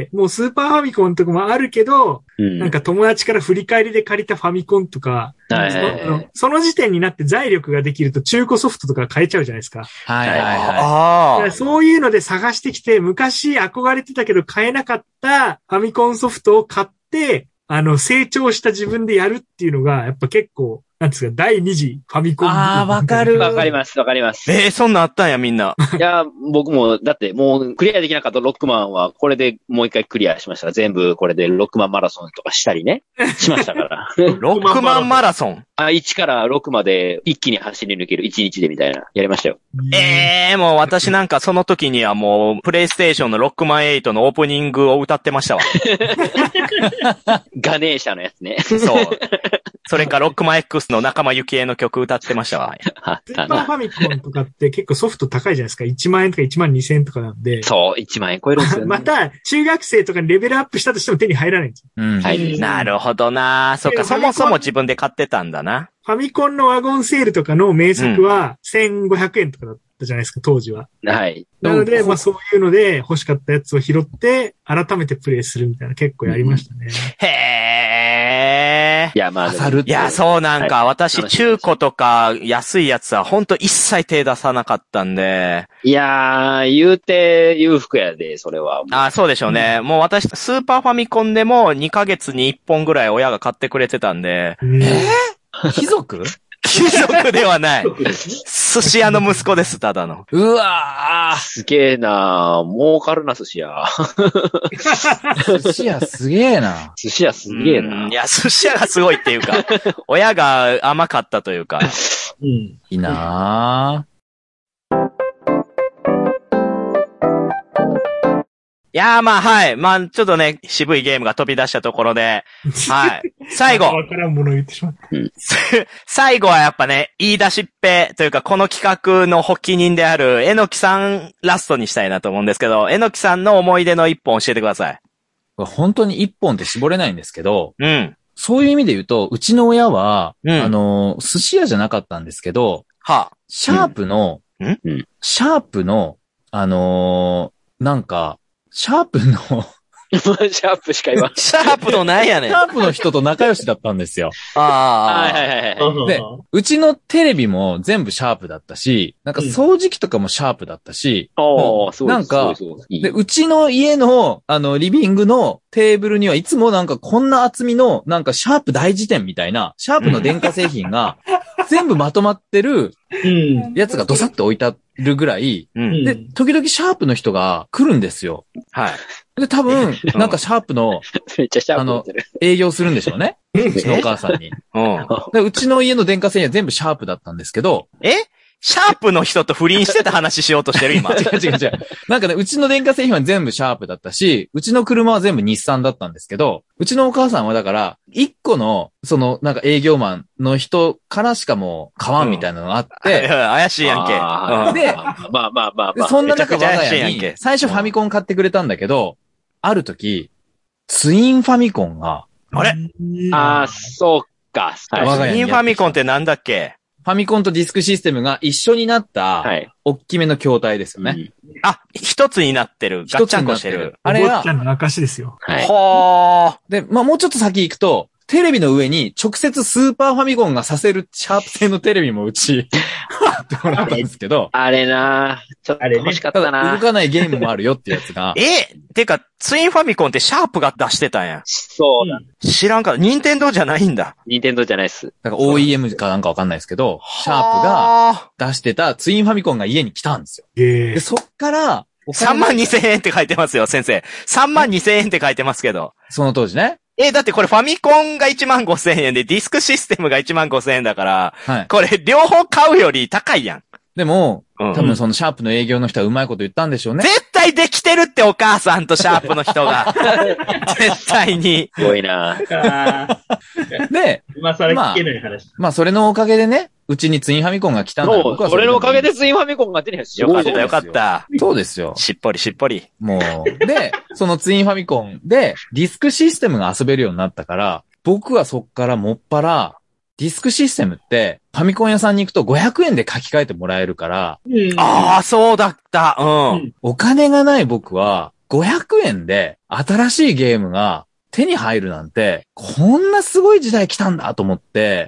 もうスーパーファミコンとかもあるけど、なんか友達から振り返りで借りたファミコンとか、その時点になって財力ができると中古ソフトとか買えちゃうじゃないですか。 はいはいはい。 そういうので探してきて、昔憧れてたけど買えなかったファミコンソフトを買って、成長した自分でやるっていうのが、やっぱ結構、なんですか、第二次ファミコン。 ああ、わかる。 わかります、わかります。 そんなあったんや、みんな。 いや、僕も、だってもうクリアできなかったロックマンは、これでもう一回クリアしましたから、全部これでロックマンマラソンとかしたりね、しましたから。 ロックマンマラソン 1から6まで一気に走り抜ける1日でみたいな、やりましたよ。 もう私なんかその時にはもう、プレイステーションのロックマン8のオープニングを歌ってましたわ。 ガネーシャのやつね。 そう。それかロックマン X の仲間由紀恵の曲歌ってましたわ。 スーパーファミコンとかって結構ソフト高いじゃないですか。1万円とか1万2000円とかなんで。 そう、1万円超えるんですよね。 また、中学生とかにレベルアップしたとしても手に入らないんですよ。 はい。 なるほどな。そっか、そもそも自分で買ってたんだな。 ファミコンのワゴンセールとかの名作は1500円とかだったじゃないですか、当時は。 はい。 なので、まあそういうので欲しかったやつを拾って、改めてプレイするみたいな結構やりましたね。 へー。 いや、まあ、 いや、そうなんか、私、中古とか安いやつはほんと一切手出さなかったんで。 いやー、言うて裕福やで、それは。 そうでしょうね。もう私、スーパーファミコンでも2ヶ月に1本ぐらい親が買ってくれてたんで。 貴族貴族ではない。寿司屋の息子です、ただの。 うわー。 すげえなー。儲かるな、寿司屋。 寿司屋すげえな。 寿司屋すげえな。 いや、寿司屋がすごいっていうか、親が甘かったというか。 いいなー。 いやーまあはい。まあちょっとね、渋いゲームが飛び出したところで、はい。最後。 わからんものを言ってしまった。 最後はやっぱね、言い出しっぺというかこの企画の発起人であるえのきさんラストにしたいなと思うんですけど、えのきさんの思い出の一本教えてください。 本当に一本って絞れないんですけど、 そういう意味で言うと、うちの親は、寿司屋じゃなかったんですけど、シャープの、なんか、シャープのシャープしか言わん。 シャープのなんやねん。 シャープの人と仲良しだったんですよ。 はい。 で、うちのテレビも全部シャープだったし、なんか掃除機とかもシャープだったし、なんか、で、うちの家の、リビングのテーブルにはいつもなんかこんな厚みの、なんかシャープ大辞典みたいな、シャープの電化製品が、全部まとまってるやつがドサッと置いてあるぐらい、で、時々シャープの人が来るんですよ。 はい。 で、多分、なんかシャープの、営業するんでしょうね。うちのお母さんに。で、うちの家の電化製品は全部シャープだったんですけど、 シャープの人と不倫してた話しようとしてる今。 違う。なんかね、うちの電化製品は全部シャープだったし、うちの車は全部日産だったんですけど、うちのお母さんはだから、一個の、なんか営業マンの人からしかもう買わんみたいなのがあって、 怪しいやんけ。 で、 まあ。 そんな中我が家に、最初ファミコン買ってくれたんだけど、ある時、ツインファミコンが、 あれそうか。 ツインファミコンってなんだっけ？ ファミコンとディスクシステムが一緒になった、大きめの筐体ですよね。 一つになってる。ガッチャンコしてる。 あれが、お坊ちゃんの証ですよ。 はで、もうちょっと先行くと、テレビの上に直接スーパーファミコンがさせるシャープ製のテレビもうち、買ってもらったんですけど。 あれなちょっと欲しかったな動かないゲームもあるよってやつが。 てか、ツインファミコンってシャープが出してたんや。 そうだ。 知らんか。ニンテンドーじゃないんだ。 ニンテンドーじゃないっす。 だから OEM かなんかわかんないですけど、シャープが出してたツインファミコンが家に来たんですよ。で、そっから、 32,000円って書いてますよ、先生。32,000円って書いてますけど。 その当時ね。 だってこれファミコンが15,000円でディスクシステムが15,000円だから、これ両方買うより高いやん。 でも、多分そのシャープの営業の人はうまいこと言ったんでしょうね。 絶対できてるってお母さんとシャープの人が。絶対に。 すごいなで、 今更聞けない話。 まあそれのおかげでね、うちにツインファミコンが来たんだ。僕はそれのおかげでツインファミコンが手に入った。 よかった。 そうですよ。 しっぽり。 もう。で、そのツインファミコンでディスクシステムが遊べるようになったから、僕はそっからもっぱら、ディスクシステムってファミコン屋さんに行くと500円で書き換えてもらえるから。 そうだった。 お金がない僕は500円で新しいゲームが手に入るなんて、こんなすごい時代来たんだと思って、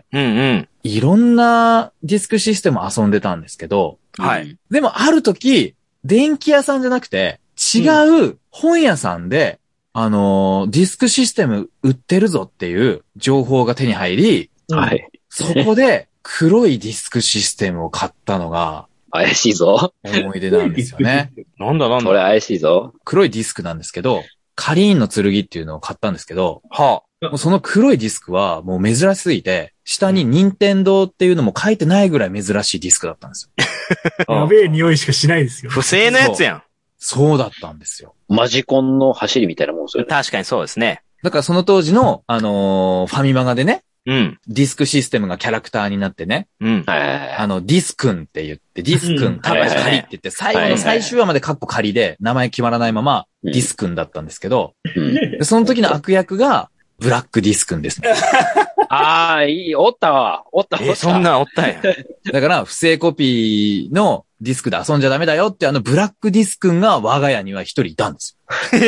いろんなディスクシステム遊んでたんですけど、でもある時、電気屋さんじゃなくて、違う本屋さんで、ディスクシステム売ってるぞっていう情報が手に入り、そこで黒いディスクシステムを買ったのが、 怪しいぞ。 思い出なんですよね。 なんだこれ怪しいぞ。 黒いディスクなんですけど、カリーンの剣っていうのを買ったんですけど、もうその黒いディスクはもう珍しすぎて、下に任天堂っていうのも書いてないぐらい珍しいディスクだったんですよ。やべえ匂いしかしないですよ。 不正のやつやん。 そうだったんですよ。 マジコンの走りみたいなもんですよね。 確かにそうですね。 だからその当時の、ファミマガでね、ディスクシステムがキャラクターになってね、ディス君って言って、ディス君、カッコ仮って言って、最後の最終話までカッコ仮で、名前決まらないまま、ディス君だったんですけど、その時の悪役が、ブラックディス君ですね。 おったわ。 そんなんおったんや。 だから、不正コピーのディスクで遊んじゃダメだよってブラックディス君が我が家には一人いたんですよ。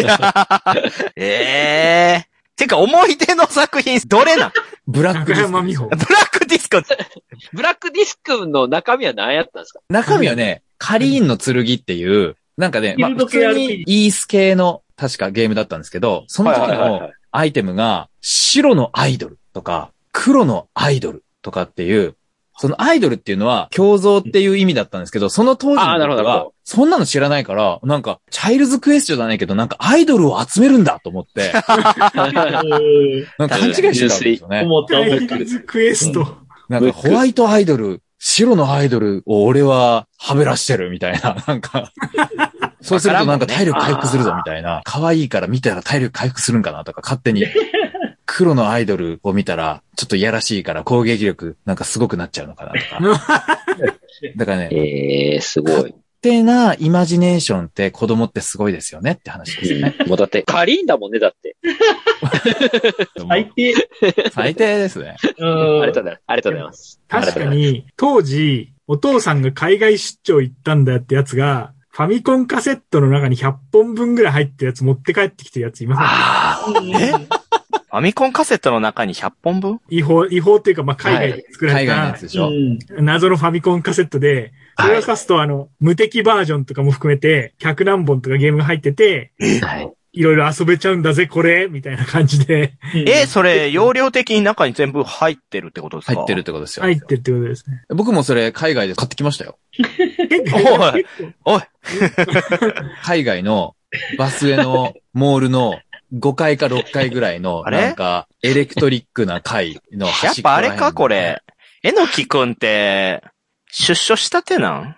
てか、思い出の作品、どれなんブラックディスク。 ブラックディスク。 ブラックディスクの中身は何やったんですか？ 中身はね、カリーンの剣っていう、なんかね、普通にイース系の確かゲームだったんですけど、その時のアイテムが白のアイドルとか黒のアイドルとかっていう、そのアイドルっていうのは胸像っていう意味だったんですけど、その当時の僕はそんなの知らないから、なんかチャイルズクエスチョンじゃないけど、なんかアイドルを集めるんだと思って、なんか勘違いしてたんですよね。 チャイルズクエスト。 なんかホワイトアイドル、白のアイドルを俺ははべらしてるみたいな、なんか。そうするとなんか体力回復するぞみたいな。可愛いから見たら体力回復するんかなとか勝手に。黒のアイドルを見たらちょっといやらしいから攻撃力なんかすごくなっちゃうのかなとか。だからね。 すごい。 勝手なイマジネーションって子供ってすごいですよねって話ですよね。 もうだってカリーンだもんね、だって。 最低。 最低ですね。 ありがとうございます。 確かに、当時、お父さんが海外出張行ったんだってやつが、ファミコンカセットの中に100本分ぐらい入ってるやつ持って帰ってきてるやついませんか？ ファミコンカセットの中に100本分？ 違法っていうか、海外で作られた、 海外のやつでしょ。 謎のファミコンカセットで、それを指すと無敵バージョンとかも含めて、100何本とかゲームが入ってて、いろいろ遊べちゃうんだぜ、これみたいな感じで。 それ、容量的に中に全部入ってるってことですか？ 入ってるってことですよ。 入ってるってことですね。 僕もそれ海外で買ってきましたよ。 おい海外のバスへのモールの5階か6階ぐらいの、なんか、エレクトリックな階の端っこら辺。 やっぱあれか、これ。えのきくんって、 出所したてなん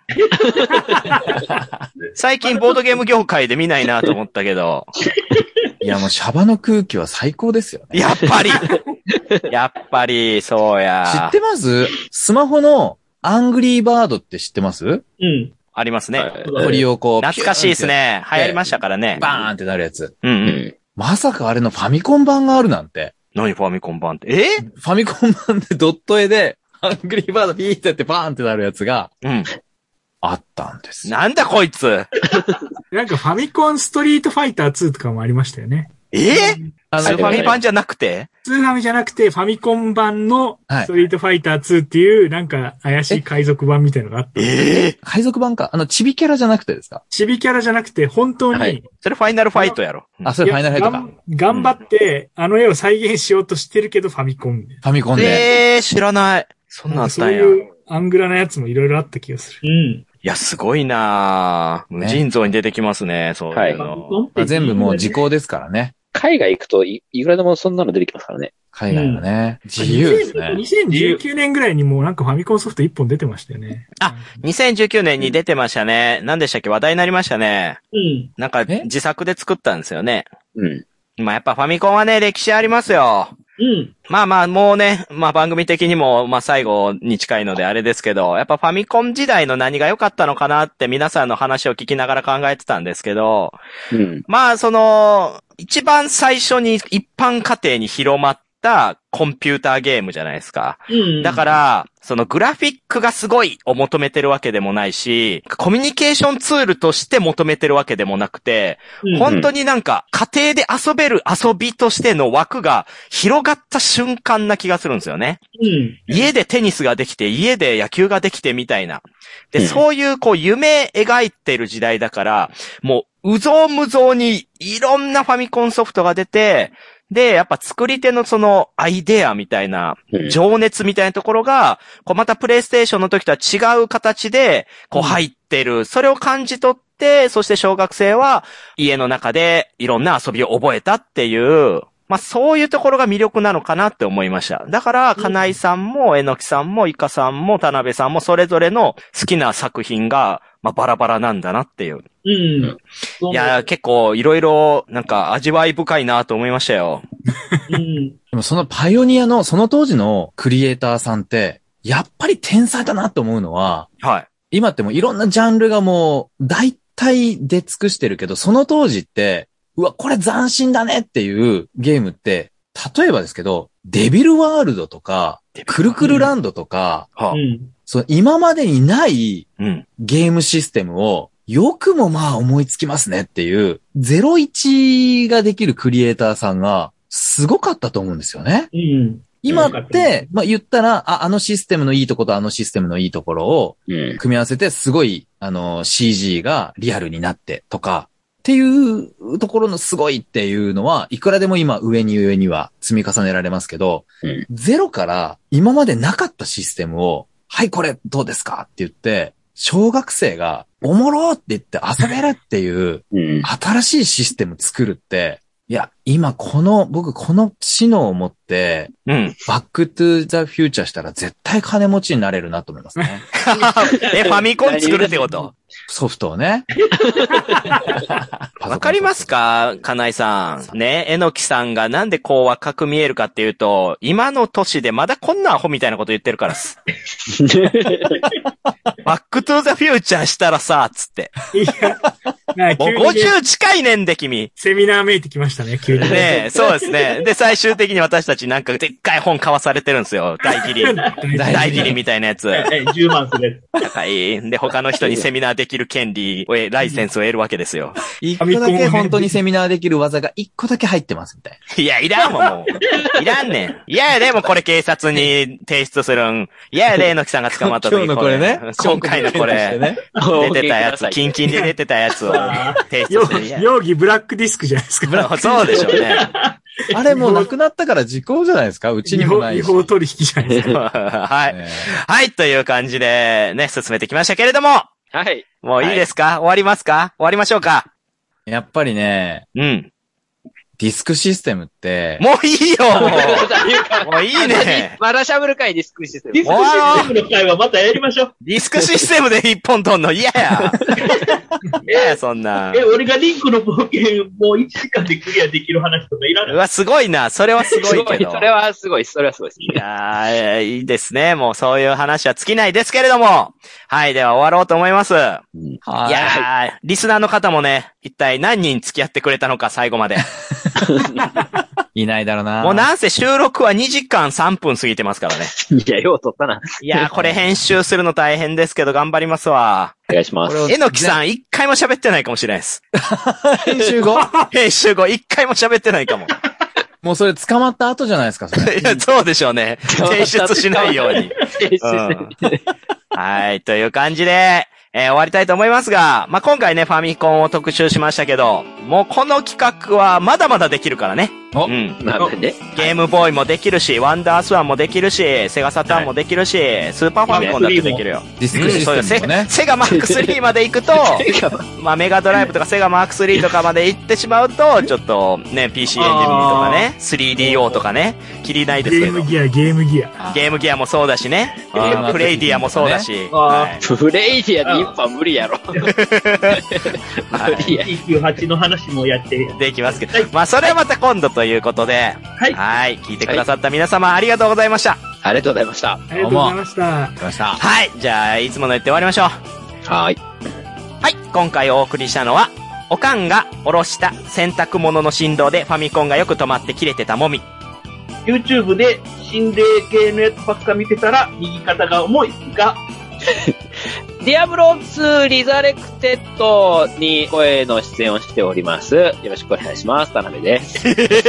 最近ボードゲーム業界で見ないなと思ったけど。 いやもうシャバの空気は最高ですよね。 やっぱり、そうや。 知ってます？スマホのアングリーバードって知ってます？ うん。 ありますね。 鳥をこう。 懐かしいですね。流行りましたからね。 バーンってなるやつ。 うんうん。 まさかあれのファミコン版があるなんて。 何ファミコン版って。 ファミコン版でドット絵で、アングリーバードピーってやってバーンってなるやつが、あったんです。 なんだこいつなんかファミコンストリートファイター2とかもありましたよね。 スーファミ版じゃなくてスーファミじゃなくてファミコン版のストリートファイター2っていうなんか怪しい海賊版みたいなのがあった。 海賊版か。チビキャラじゃなくてですか？ チビキャラじゃなくて本当に。 それファイナルファイトやろ。 それファイナルファイトか。 頑張ってあの絵を再現しようとしてるけどファミコンで。 ファミコンで。 知らない。そんなんあったんや。 そういうアングラなやつもいろいろあった気がする。 いや、すごいなぁ。無尽蔵に出てきますね、そういうの。 全部もう時効ですからね。 海外行くといくらでもそんなの出てきますからね。 海外はね。自由ですね。 2019年ぐらいにもうなんかファミコンソフト1本出てましたよね。 2019年に出てましたね。何でしたっけ？話題になりましたね。なんか自作で作ったんですよね。まあやっぱファミコンはね、歴史ありますよ。まあもうね、番組的にも最後に近いのであれですけど、やっぱファミコン時代の何が良かったのかなって皆さんの話を聞きながら考えてたんですけど、一番最初に一般家庭に広まったコンピューターゲームじゃないですか。だから、そのグラフィックがすごいを求めてるわけでもないし、コミュニケーションツールとして求めてるわけでもなくて、本当になんか家庭で遊べる遊びとしての枠が広がった瞬間な気がするんですよね。家でテニスができて、家で野球ができてみたいな。で、そういう夢描いてる時代だから、もう、うぞうむぞうにいろんなファミコンソフトが出て、で、やっぱ作り手のそのアイデアみたいな、情熱みたいなところが、またプレイステーションの時とは違う形で、入ってる。それを感じ取って、そして小学生は家の中でいろんな遊びを覚えたっていう、そういうところが魅力なのかなって思いました。だから、金井さんも、えのきさんも、いかさんも、田辺さんも、それぞれの好きな作品が、バラバラなんだなっていう。いや、結構、いろいろ、なんか、味わい深いなと思いましたよ。 でもそのパイオニアの、その当時のクリエイターさんって、やっぱり天才だなと思うのは、今ってもういろんなジャンルがもう、大体出尽くしてるけど、その当時って、うわ、これ斬新だねっていうゲームって、例えばですけど、デビルワールドとか、クルクルランドとか、今までにないゲームシステムを、よくも思いつきますねっていう、01ができるクリエイターさんが、すごかったと思うんですよね。今って、言ったら、あのシステムのいいところとあのシステムのいいところを、組み合わせて、すごい、CG がリアルになってとか、っていうところのすごいっていうのは、いくらでも今上には積み重ねられますけど、ゼロから今までなかったシステムを、はい、これどうですかって言って、小学生がおもろって言って遊べるっていう、新しいシステム作るって、いや、今僕この知能を持って、バックトゥザフューチャーしたら絶対金持ちになれるなと思いますね。 ファミコン作るってこと？ ソフトをね。 わかりますか？金井さん。ね、えのきさんがなんで若く見えるかっていうと、今の年でまだこんなアホみたいなこと言ってるからっす。バックトゥザフューチャーしたらさ、つって。 いや、 もう50近いねんで、君。 セミナーめいてきましたね、急に。 ねえ、そうですね。で、最終的に私たちなんかでっかい本買わされてるんですよ。大切り。大切りみたいなやつ。 10万する。 高い。で、他の人にセミナーできる権利を、ライセンスを得るわけですよ。 一個だけ本当にセミナーできる技が一個だけ入ってますみたいな。 いや、いらんもう。いらんねん。いや、でもこれ警察に提出するん。いや、レイノキさんが捕まった時今日のこれね。 今回のこれ、出てたやつ、キンキンで出てたやつを提出する。 容疑ブラックディスクじゃないですか。 そうでしょうね。 あれもうなくなったから時効じゃないですか？うちにもないし。 違法取引じゃないですか。 はい。はい、という感じでね、進めてきましたけれども。 はい。 もういいですか？終わりますか？終わりましょうか？ やっぱりね、デディスクシステムって。 もういいよもういいね。 まだしゃべるかい、ディスクシステム。 ディスクシステムの回はまたやりましょう。 ディスクシステムで一本取んの嫌や。嫌や、そんな。 俺がリンクの冒険もう1時間でクリアできる話とかいらない。 うわ、すごいな。それはすごいけど。 それはすごい。それはすごい。 いやー、いいですね。もうそういう話は尽きないですけれども。はい、では終わろうと思います。いやー、リスナーの方もね、一体何人付き合ってくれたのか、最後まで。 いないだろうな。 もうなんせ収録は2時間3分過ぎてますからね。 いや、よう撮ったな。 いや、これ編集するの大変ですけど頑張りますわ。 お願いします。 えのきさん一回も喋ってないかもしれないです。 編集後一回も喋ってないかも。 もうそれ捕まった後じゃないですか、それ。 いや、そうでしょうね。提出しないように。はい、という感じで、終わりたいと思いますが、まあ、今回ね、ファミコンを特集しましたけど、もうこの企画はまだまだできるからね。 うん。なんでね。 ゲームボーイもできるし、ワンダースワンもできるし、セガサターンもできるし、スーパーファミコンだってできるよ。 ディスクシステムもね。 セガマーク3まで行くと、まあ、メガドライブとかセガマーク3とかまで行ってしまうと、ちょっとね、PC エンジンとかね、3DO とかね、切りないですけど。 ゲームギアもそうだしね。プレイディアもそうだし。 プレイディアで一本無理やろ。 98の話もやって。 できますけど。まあ、それはまた今度ということで。はい。はい。聞いてくださった皆様、ありがとうございました。 ありがとうございました。 ありがとうございました。 はい。じゃあ、いつもの言って終わりましょう。 はい。 はい。今回お送りしたのは、おかんが下ろした洗濯物の振動でファミコンがよく止まって切れてたもみ。 YouTube で心霊系のやつばっか見てたら、右肩が重いが、 ディアブロ2リザレクテッドに声の出演をしております。よろしくお願いします。田辺です。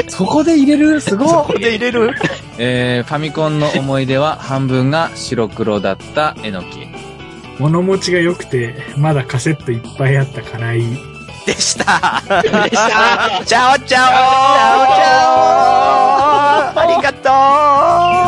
そこで入れるすごい。 そこで入れるファミコンの思い出は半分が白黒だったえのき。 物持ちが良くて、まだカセットいっぱいあった金井。 でした。チャオチャオチャオチャオありがとう